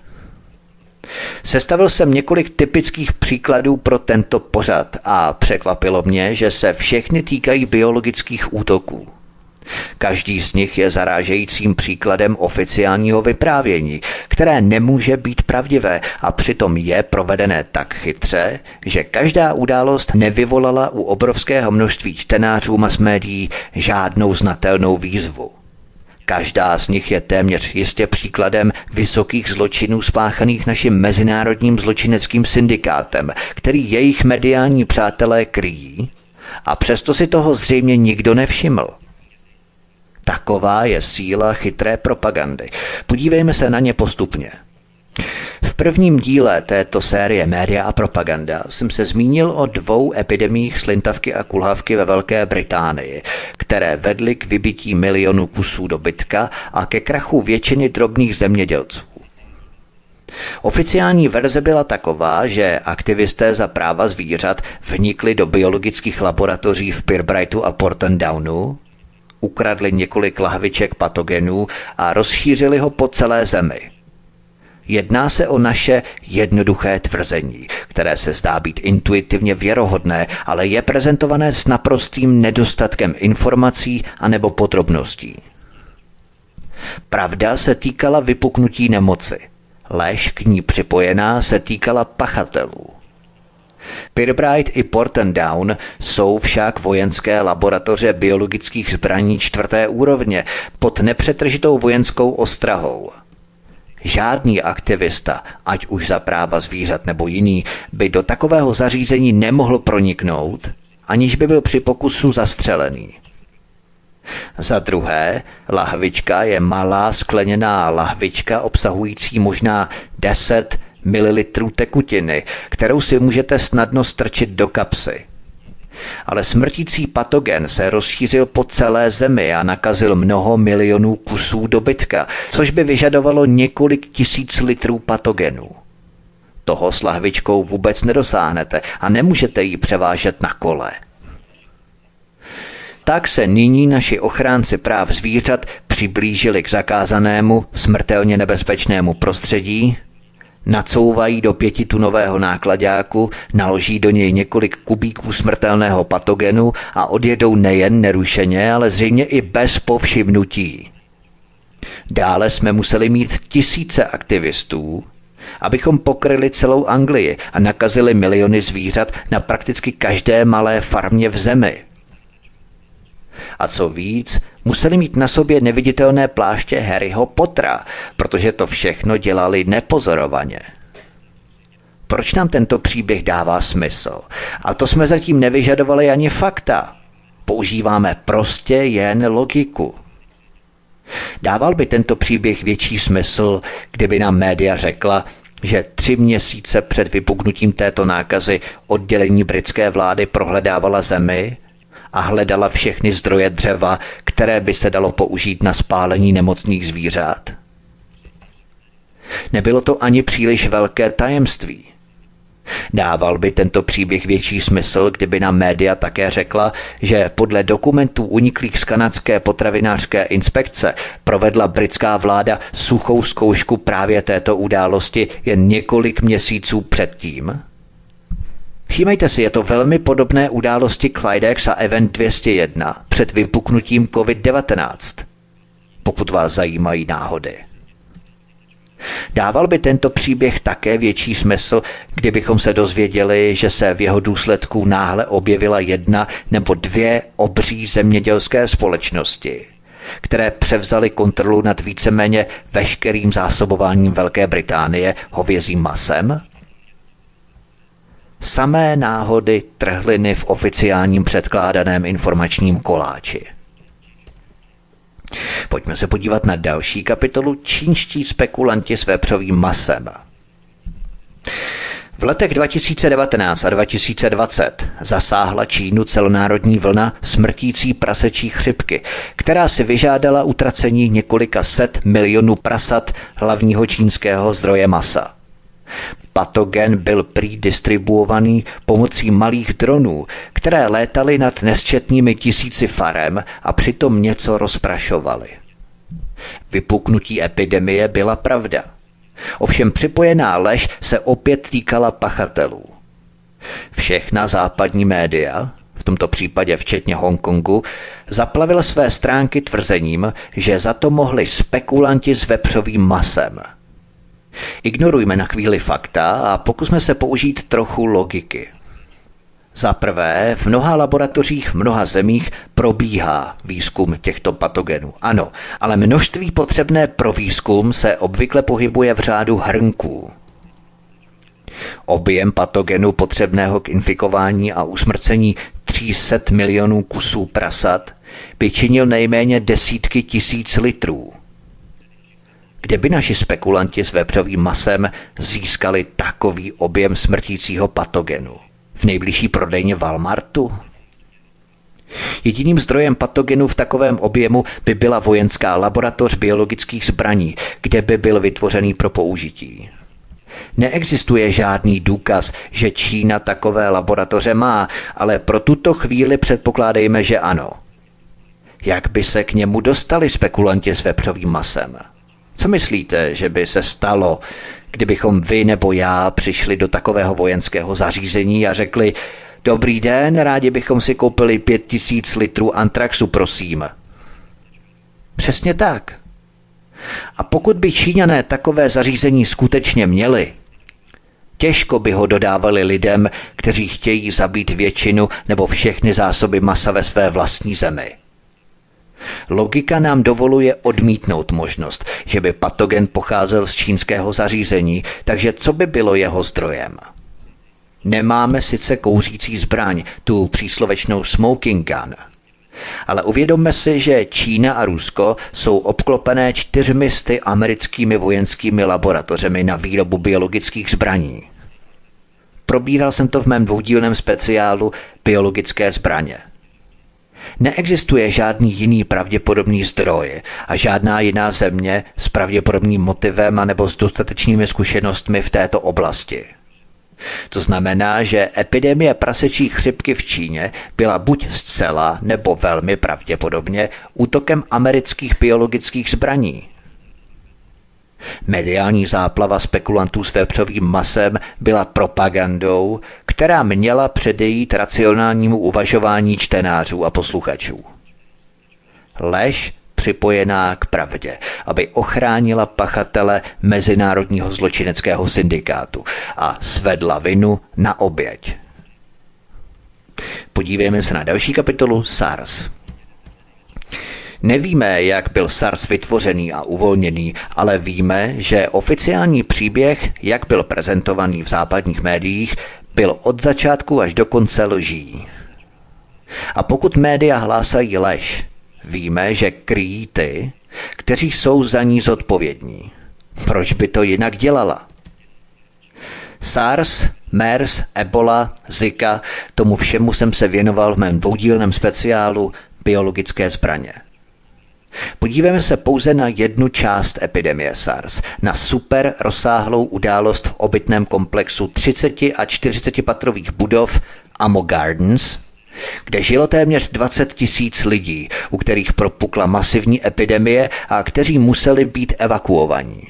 Sestavil jsem několik typických příkladů pro tento pořad a překvapilo mě, že se všechny týkají biologických útoků. Každý z nich je zarážejícím příkladem oficiálního vyprávění, které nemůže být pravdivé a přitom je provedené tak chytře, že každá událost nevyvolala u obrovského množství čtenářů masmédií žádnou znatelnou výzvu. Každá z nich je téměř jistě příkladem vysokých zločinů spáchaných naším mezinárodním zločineckým syndikátem, který jejich mediální přátelé kryjí, a přesto si toho zřejmě nikdo nevšiml. Taková je síla chytré propagandy. Podívejme se na ně postupně. V prvním díle této série Média a propaganda jsem se zmínil o dvou epidemiích slintavky a kulhavky ve Velké Británii, které vedly k vybití milionů kusů dobytka a ke krachu většiny drobných zemědělců. Oficiální verze byla taková, že aktivisté za práva zvířat vnikli do biologických laboratoří v Pirbrightu a Porton Downu, ukradli několik lahviček patogenů a rozšířili ho po celé zemi. Jedná se o naše jednoduché tvrzení, které se zdá být intuitivně věrohodné, ale je prezentované s naprostým nedostatkem informací anebo podrobností. Pravda se týkala vypuknutí nemoci. Lež k ní připojená se týkala pachatelů. Pirbright i Porton Down jsou však vojenské laboratoře biologických zbraní čtvrté úrovně pod nepřetržitou vojenskou ostrahou. Žádný aktivista, ať už za práva zvířat nebo jiný, by do takového zařízení nemohl proniknout, aniž by byl při pokusu zastřelený. Za druhé, lahvička je malá skleněná lahvička obsahující možná deset mililitrů tekutiny, kterou si můžete snadno strčit do kapsy. Ale smrtící patogen se rozšířil po celé zemi a nakazil mnoho milionů kusů dobytka, což by vyžadovalo několik tisíc litrů patogenů. Toho s lahvičkou vůbec nedosáhnete a nemůžete ji převážet na kole. Tak se nyní naši ochránci práv zvířat přiblížili k zakázanému, smrtelně nebezpečnému prostředí, nacouvají do pětitunového nákladáku, naloží do něj několik kubíků smrtelného patogenu a odjedou nejen nerušeně, ale zřejmě i bez povšimnutí. Dále jsme museli mít tisíce aktivistů, abychom pokryli celou Anglii a nakazili miliony zvířat na prakticky každé malé farmě v zemi. A co víc, museli mít na sobě neviditelné pláště Harryho Pottera, protože to všechno dělali nepozorovaně. Proč nám tento příběh dává smysl? A to jsme zatím nevyžadovali ani fakta. Používáme prostě jen logiku. Dával by tento příběh větší smysl, kdyby nám média řekla, že tři měsíce před vypuknutím této nákazy oddělení britské vlády prohledávala zemi a hledala všechny zdroje dřeva, které by se dalo použít na spálení nemocných zvířat? Nebylo to ani příliš velké tajemství. Dával by tento příběh větší smysl, kdyby nám média také řekla, že podle dokumentů uniklých z kanadské potravinářské inspekce provedla britská vláda suchou zkoušku právě této události jen několik měsíců předtím? Všímejte si, je to velmi podobné události Clydex a Event dvě stě jedna před vypuknutím covid devatenáct, pokud vás zajímají náhody. Dával by tento příběh také větší smysl, kdybychom se dozvěděli, že se v jeho důsledku náhle objevila jedna nebo dvě obří zemědělské společnosti, které převzaly kontrolu nad víceméně veškerým zásobováním Velké Británie hovězím masem? Samé náhody, trhliny v oficiálním předkládaném informačním koláči. Pojďme se podívat na další kapitolu Čínští spekulanti s vepřovým masem. V letech dva tisíce devatenáct a dva tisíce dvacet zasáhla Čínu celonárodní vlna smrtící prasečí chřipky, která si vyžádala utracení několika set milionů prasat hlavního čínského zdroje masa. Patogen byl prý distribuovaný pomocí malých dronů, které létaly nad nesčetnými tisíci farem a přitom něco rozprašovaly. Vypuknutí epidemie byla pravda. Ovšem připojená lež se opět týkala pachatelů. Všechna západní média, v tomto případě včetně Hongkongu, zaplavila své stránky tvrzením, že za to mohli spekulanti s vepřovým masem. Ignorujme na chvíli fakta a pokusme se použít trochu logiky. Za prvé, v mnoha laboratořích v mnoha zemích probíhá výzkum těchto patogenů. Ano, ale množství potřebné pro výzkum se obvykle pohybuje v řádu hrnků. Objem patogenu potřebného k infikování a usmrcení tři sta milionů kusů prasat by činil nejméně desítky tisíc litrů. Kde by naši spekulanti s vepřovým masem získali takový objem smrtícího patogenu? V nejbližší prodejně Walmartu? Jediným zdrojem patogenu v takovém objemu by byla vojenská laboratoř biologických zbraní, kde by byl vytvořený pro použití. Neexistuje žádný důkaz, že Čína takové laboratoře má, ale pro tuto chvíli předpokládejme, že ano. Jak by se k němu dostali spekulanti s vepřovým masem? Co myslíte, že by se stalo, kdybychom vy nebo já přišli do takového vojenského zařízení a řekli: dobrý den, rádi bychom si koupili pět tisíc litrů antraxu, prosím. Přesně tak. A pokud by Číňané takové zařízení skutečně měli, těžko by ho dodávali lidem, kteří chtějí zabít většinu nebo všechny zásoby masa ve své vlastní zemi. Logika nám dovoluje odmítnout možnost, že by patogen pocházel z čínského zařízení, takže co by bylo jeho zdrojem? Nemáme sice kouřící zbraň, tu příslovečnou smoking gun, ale uvědomme si, že Čína a Rusko jsou obklopené čtyřmi sty americkými vojenskými laboratořemi na výrobu biologických zbraní. Probíral jsem to v mém dvoudílném speciálu Biologické zbraně. Neexistuje žádný jiný pravděpodobný zdroj a žádná jiná země s pravděpodobným motivem anebo s dostatečnými zkušenostmi v této oblasti. To znamená, že epidemie prasečí chřipky v Číně byla buď zcela nebo velmi pravděpodobně útokem amerických biologických zbraní. Mediální záplava spekulantů s vepřovým masem byla propagandou, která měla předejít racionálnímu uvažování čtenářů a posluchačů. Lež připojená k pravdě, aby ochránila pachatele mezinárodního zločineckého syndikátu a svedla vinu na oběť. Podívejme se na další kapitolu SARS. Nevíme, jak byl SARS vytvořený a uvolněný, ale víme, že oficiální příběh, jak byl prezentovaný v západních médiích, byl od začátku až do konce lží. A pokud média hlásají lež, víme, že kryjí ty, kteří jsou za ní zodpovědní. Proč by to jinak dělala? SARS, MERS, Ebola, Zika, tomu všemu jsem se věnoval v mém dvoudílném speciálu Biologické zbraně. Podívejme se pouze na jednu část epidemie SARS, na super rozsáhlou událost v obytném komplexu třicet a čtyřicet patrových budov Amo Gardens, kde žilo téměř dvacet tisíc lidí, u kterých propukla masivní epidemie a kteří museli být evakuovaní.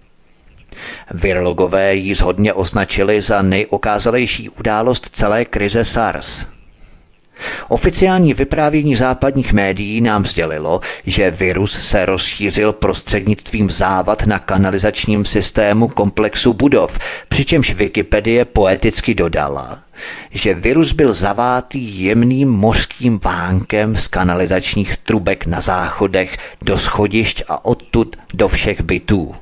Virologové ji zhodně označili za nejokázalejší událost celé krize SARS. Oficiální vyprávění západních médií nám sdělilo, že virus se rozšířil prostřednictvím závad na kanalizačním systému komplexu budov, přičemž Wikipedie poeticky dodala, že virus byl zavátý jemným mořským vánkem z kanalizačních trubek na záchodech do schodišť a odtud do všech bytů.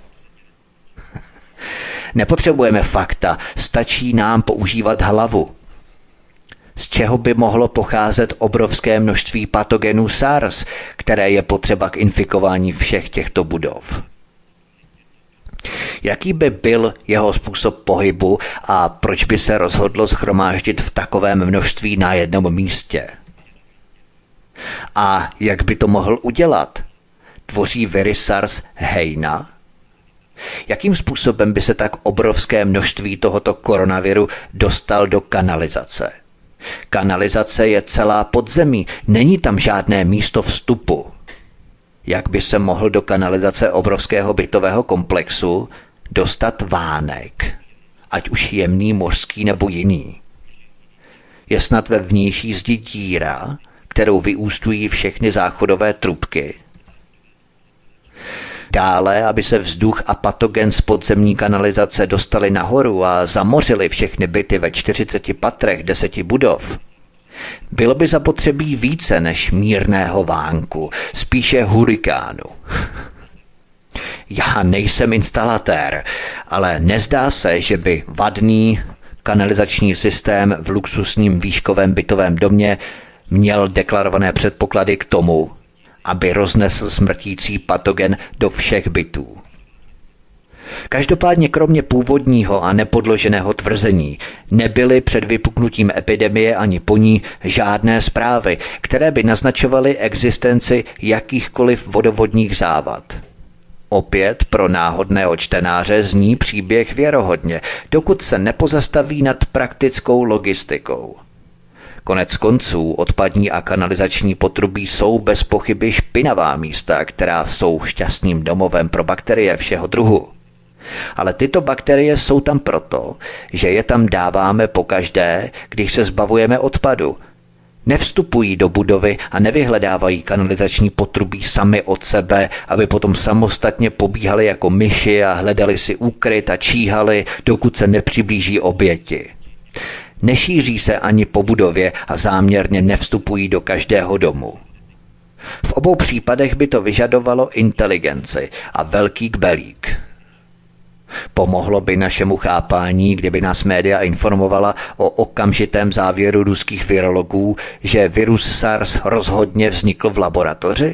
Nepotřebujeme fakta, stačí nám používat hlavu. Z čeho by mohlo pocházet obrovské množství patogenů SARS, které je potřeba k infikování všech těchto budov? Jaký by byl jeho způsob pohybu a proč by se rozhodlo shromáždit v takovém množství na jednom místě? A jak by to mohl udělat? Tvoří viry SARS hejna? Jakým způsobem by se tak obrovské množství tohoto koronaviru dostal do kanalizace? Kanalizace je celá podzemí, není tam žádné místo vstupu. jak by se mohl do kanalizace obrovského bytového komplexu dostat vánek, ať už jemný, mořský nebo jiný. Je snad ve vnější zdi díra, kterou vyústují všechny záchodové trubky. Dále, aby se vzduch a patogen z podzemní kanalizace dostali nahoru a zamořili všechny byty ve čtyřiceti patrech deseti budov, bylo by zapotřebí více než mírného vánku, spíše hurikánu. Já nejsem instalatér, ale nezdá se, že by vadný kanalizační systém v luxusním výškovém bytovém domě měl deklarované předpoklady k tomu, aby roznesl smrtící patogen do všech bytů. Každopádně kromě původního a nepodloženého tvrzení nebyly před vypuknutím epidemie ani po ní žádné zprávy, které by naznačovaly existenci jakýchkoliv vodovodních závad. Opět pro náhodného čtenáře zní příběh věrohodně, dokud se nepozastaví nad praktickou logistikou. Konec konců odpadní a kanalizační potrubí jsou bez pochyby špinavá místa, která jsou šťastným domovem pro bakterie všeho druhu. Ale tyto bakterie jsou tam proto, že je tam dáváme pokaždé, když se zbavujeme odpadu. Nevstupují do budovy a nevyhledávají kanalizační potrubí sami od sebe, aby potom samostatně pobíhali jako myši a hledali si úkryt a číhali, dokud se nepřiblíží oběti. Nešíří se ani po budově a záměrně nevstupují do každého domu. V obou případech by to vyžadovalo inteligenci a velký kbelík. Pomohlo by našemu chápání, kdyby nás média informovala o okamžitém závěru ruských virologů, že virus SARS rozhodně vznikl v laboratoři?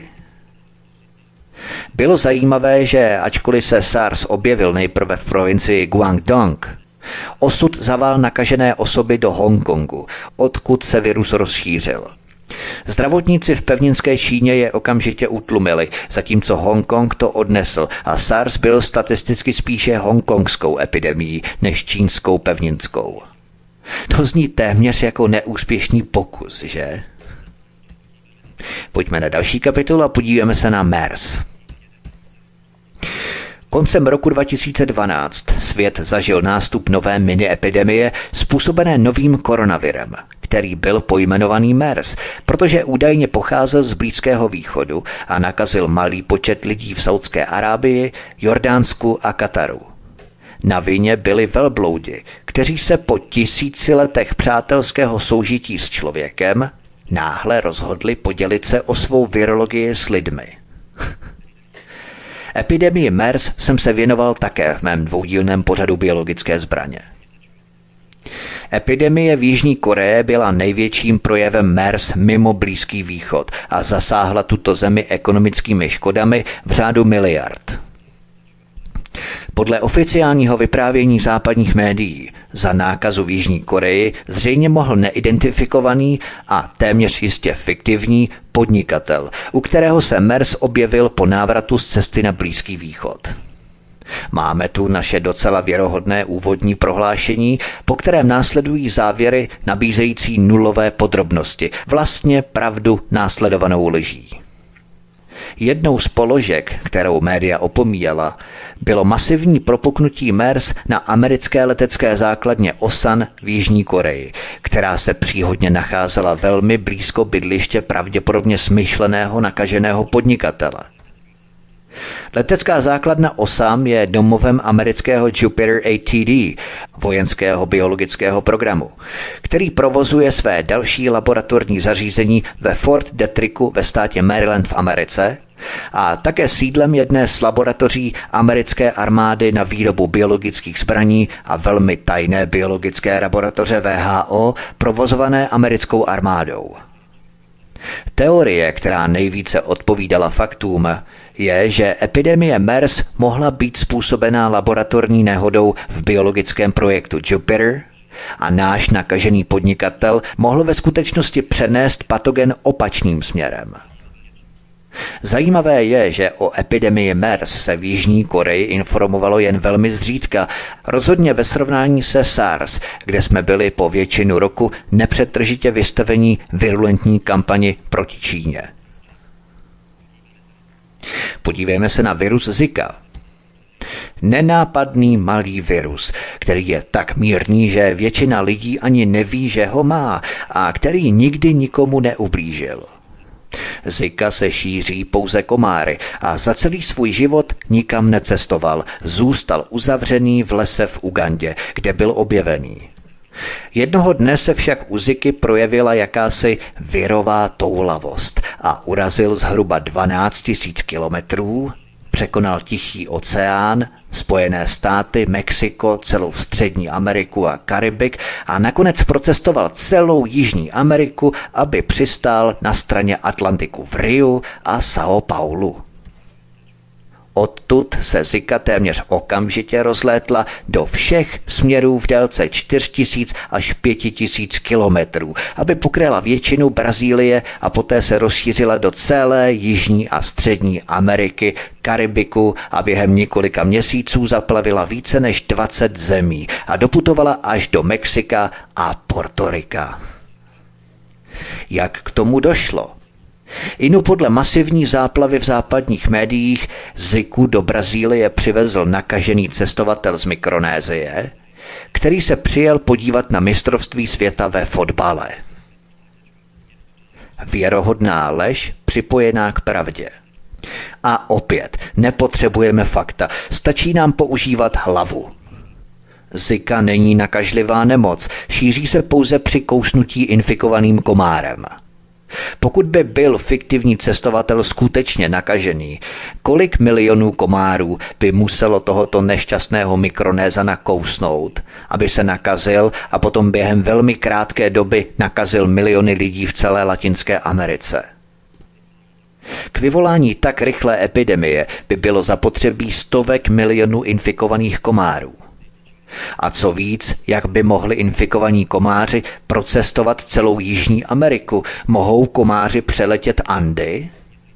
Bylo zajímavé, že ačkoliv se SARS objevil nejprve v provincii Guangdong, osud zavál nakažené osoby do Hongkongu, odkud se virus rozšířil. Zdravotníci v pevninské Číně je okamžitě utlumili, zatímco Hongkong to odnesl a SARS byl statisticky spíše hongkongskou epidemií než čínskou pevninskou. To zní téměř jako neúspěšný pokus, že? Pojďme na další kapitolu a podíváme se na MERS. Koncem roku dva tisíce dvanáct svět zažil nástup nové mini-epidemie způsobené novým koronavirem, který byl pojmenovaný MERS, protože údajně pocházel z Blízkého východu a nakazil malý počet lidí v Saudské Arábii, Jordánsku a Kataru. Na vině byli velbloudi, kteří se po tisíci letech přátelského soužití s člověkem náhle rozhodli podělit se o svou virologii s lidmi. Epidemii MERS jsem se věnoval také v mém dvoudílném pořadu Biologické zbraně. Epidemie v Jižní Koreji byla největším projevem MERS mimo Blízký východ a zasáhla tuto zemi ekonomickými škodami v řádu miliard. Podle oficiálního vyprávění západních médií za nákazu v Jižní Koreji zřejmě mohl neidentifikovaný a téměř jistě fiktivní podnikatel, u kterého se MERS objevil po návratu z cesty na Blízký východ. Máme tu naše docela věrohodné úvodní prohlášení, po kterém následují závěry nabízející nulové podrobnosti, vlastně pravdu následovanou lží. Jednou z položek, kterou média opomíjela, bylo masivní propuknutí MERS na americké letecké základně Osan v Jižní Koreji, která se příhodně nacházela velmi blízko bydliště pravděpodobně smyšleného nakaženého podnikatele. Letecká základna Osam je domovem amerického Jupiter A T D, vojenského biologického programu, který provozuje své další laboratorní zařízení ve Fort Detricku ve státě Maryland v Americe a také sídlem jedné z laboratoří americké armády na výrobu biologických zbraní a velmi tajné biologické laboratoře W H O provozované americkou armádou. Teorie, která nejvíce odpovídala faktům, je, že epidemie MERS mohla být způsobená laboratorní nehodou v biologickém projektu Jupiter a náš nakažený podnikatel mohl ve skutečnosti přenést patogen opačným směrem. Zajímavé je, že o epidemii MERS se v Jižní Koreji informovalo jen velmi zřídka, rozhodně ve srovnání se SARS, kde jsme byli po většinu roku nepřetržitě vystavení virulentní kampani proti Číně. Podívejme se na virus Zika. Nenápadný malý virus, který je tak mírný, že většina lidí ani neví, že ho má a který nikdy nikomu neublížil. Zika se šíří pouze komáry a za celý svůj život nikam necestoval, zůstal uzavřený v lese v Ugandě, kde byl objevený. Jednoho dne se však u Ziky projevila jakási virová toulavost a urazil zhruba dvanáct tisíc kilometrů, překonal Tichý oceán, Spojené státy, Mexiko, celou Střední Ameriku a Karibik a nakonec procestoval celou Jižní Ameriku, aby přistál na straně Atlantiku v Riu a São Paulu. Odtud se Zika téměř okamžitě rozlétla do všech směrů v délce čtyři tisíce až pět tisíc kilometrů, aby pokryla většinu Brazílie a poté se rozšířila do celé Jižní a Střední Ameriky, Karibiku a během několika měsíců zaplavila více než dvacet zemí a doputovala až do Mexika a Portorika. Jak k tomu došlo? Inu podle masivní záplavy v západních médiích Ziku do Brazílie přivezl nakažený cestovatel z Mikronésie, který se přijel podívat na mistrovství světa ve fotbale. Věrohodná lež připojená k pravdě. A opět, nepotřebujeme fakta, stačí nám používat hlavu. Zika není nakažlivá nemoc, šíří se pouze při kousnutí infikovaným komárem. Pokud by byl fiktivní cestovatel skutečně nakažený, kolik milionů komárů by muselo tohoto nešťastného Mikronéza nakousnout, aby se nakazil a potom během velmi krátké doby nakazil miliony lidí v celé Latinské Americe? K vyvolání tak rychlé epidemie by bylo zapotřebí stovek milionů infikovaných komárů. A co víc, jak by mohli infikovaní komáři procestovat celou Jižní Ameriku? Mohou komáři přeletět Andy?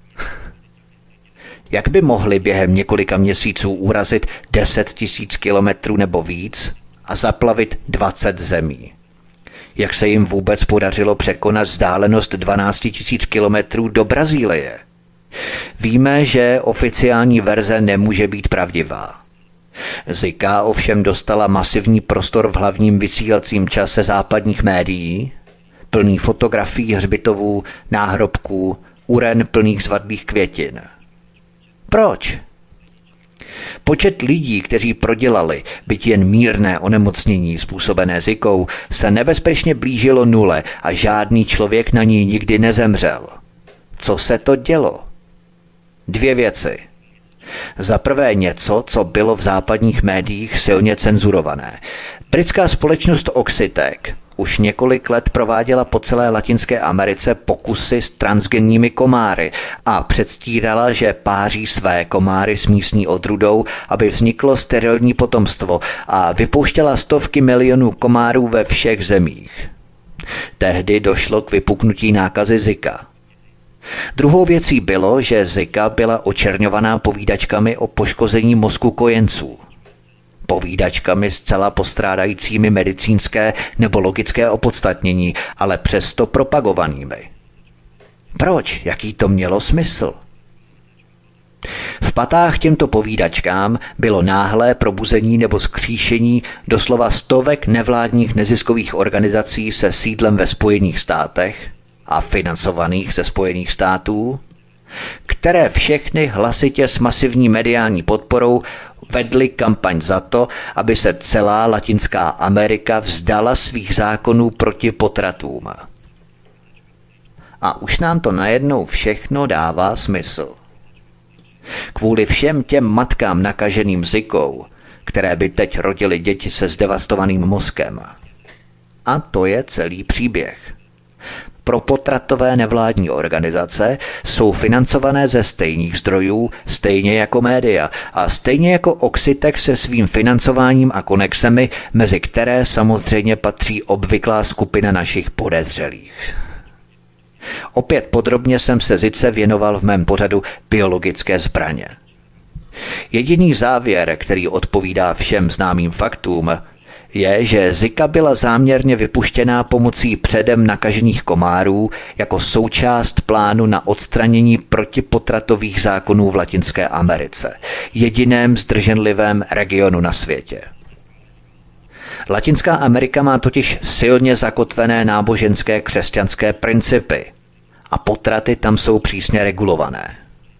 Jak by mohli během několika měsíců urazit deset tisíc kilometrů nebo víc a zaplavit dvacet zemí? Jak se jim vůbec podařilo překonat vzdálenost dvanáct tisíc kilometrů do Brazílie? Víme, že oficiální verze nemůže být pravdivá. Zika ovšem dostala masivní prostor v hlavním vysílacím čase západních médií, plný fotografií hřbitovů, náhrobků, uren plných zvadlých květin. Proč? Počet lidí, kteří prodělali, byť jen mírné onemocnění způsobené Zikou, se nebezpečně blížilo nule a žádný člověk na ní nikdy nezemřel. Co se to dělo? Dvě věci. Za prvé něco, co bylo v západních médiích silně cenzurované. Britská společnost Oxitec už několik let prováděla po celé Latinské Americe pokusy s transgenními komáry a předstírala, že páří své komáry s místní odrůdou, aby vzniklo sterilní potomstvo, a vypouštěla stovky milionů komárů ve všech zemích. Tehdy došlo k vypuknutí nákazy Zika. Druhou věcí bylo, že Zika byla očerňovaná povídačkami o poškození mozku kojenců. Povídačkami zcela postrádajícími medicínské nebo logické opodstatnění, ale přesto propagovanými. Proč? Jaký to mělo smysl? V patách těmto povídačkám bylo náhlé probuzení nebo skříšení doslova stovek nevládních neziskových organizací se sídlem ve Spojených státech a financovaných ze Spojených států, které všechny hlasitě s masivní mediální podporou vedly kampaň za to, aby se celá Latinská Amerika vzdala svých zákonů proti potratům. A už nám to najednou všechno dává smysl. Kvůli všem těm matkám nakaženým Zikou, které by teď rodily děti se zdevastovaným mozkem. A to je celý příběh. Propotratové nevládní organizace jsou financované ze stejných zdrojů, stejně jako média a stejně jako Oxitec se svým financováním a konexemi, mezi které samozřejmě patří obvyklá skupina našich podezřelých. Opět podrobně jsem se Zice věnoval v mém pořadu Biologické zbraně. Jediný závěr, který odpovídá všem známým faktům, je, že Zika byla záměrně vypuštěná pomocí předem nakažených komárů jako součást plánu na odstranění protipotratových zákonů v Latinské Americe, jediném zdrženlivém regionu na světě. Latinská Amerika má totiž silně zakotvené náboženské křesťanské principy a potraty tam jsou přísně regulované.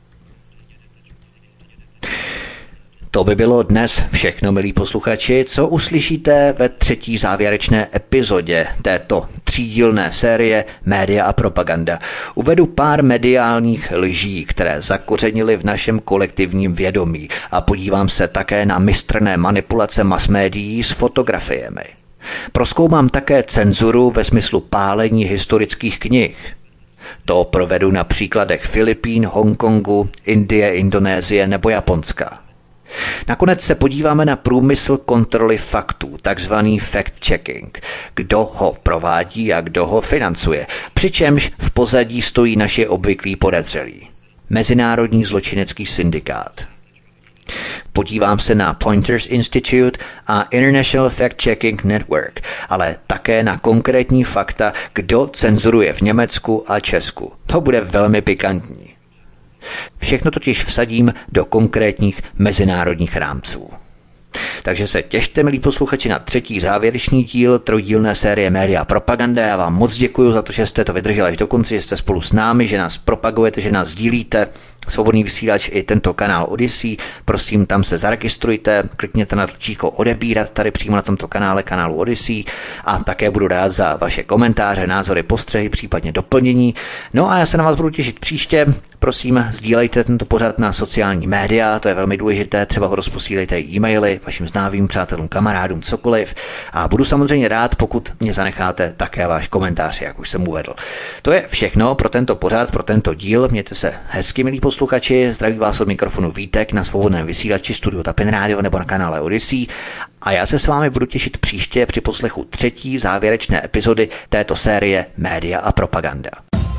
To by bylo dnes všechno, milí posluchači, co uslyšíte ve třetí závěrečné epizodě této třídílné série Média a propaganda. Uvedu pár mediálních lží, které zakořenily v našem kolektivním vědomí a podívám se také na mistrné manipulace masmédií s fotografiemi. Prozkoumám také cenzuru ve smyslu pálení historických knih. To provedu na příkladech Filipín, Hongkongu, Indie, Indonésie nebo Japonska. Nakonec se podíváme na průmysl kontroly faktů, takzvaný fact-checking, kdo ho provádí a kdo ho financuje, přičemž v pozadí stojí naši obvyklí podezřelí. Mezinárodní zločinecký syndikát. Podívám se na Pointers Institute a International Fact-Checking Network, ale také na konkrétní fakta, kdo cenzuruje v Německu a Česku. To bude velmi pikantní. Všechno totiž vsadím do konkrétních mezinárodních rámců. Takže se těšte, milí posluchači, na třetí závěrečný díl trojdílné série Média a propaganda. Já vám moc děkuji za to, že jste to vydrželi až do konce, že jste spolu s námi, že nás propagujete, že nás sdílíte. Svobodný vysílač i tento kanál Odyssey. Prosím, tam se zaregistrujte, klikněte na tlačítko odebírat tady přímo na tomto kanále, kanálu Odyssey, a také budu rád za vaše komentáře, názory, postřehy, případně doplnění. No a já se na vás budu těšit příště. Prosím, sdílejte tento pořad na sociální média, to je velmi důležité, třeba ho rozposílejte e-maily vašim známým, přátelům, kamarádům, cokoliv. A budu samozřejmě rád, pokud mě zanecháte také váš komentář, jak už jsem uvedl. To je všechno pro tento pořad, pro tento díl. Mějte se hezky, milí posluchači, zdraví vás od mikrofonu Vítek na svobodném vysílači Studio Tapin Radio nebo na kanále Odyssey. A já se s vámi budu těšit příště při poslechu třetí závěrečné epizody této série Média a propaganda.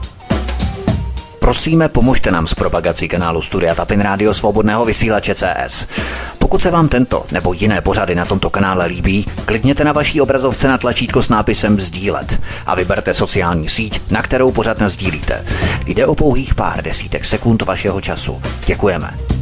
Prosíme, pomožte nám s propagací kanálu Studia Tapin Radio Svobodného vysílače C S. Pokud se vám tento nebo jiné pořady na tomto kanále líbí, klikněte na vaší obrazovce na tlačítko s nápisem sdílet a vyberte sociální síť, na kterou pořad nasdílíte. Jde o pouhých pár desítek sekund vašeho času. Děkujeme.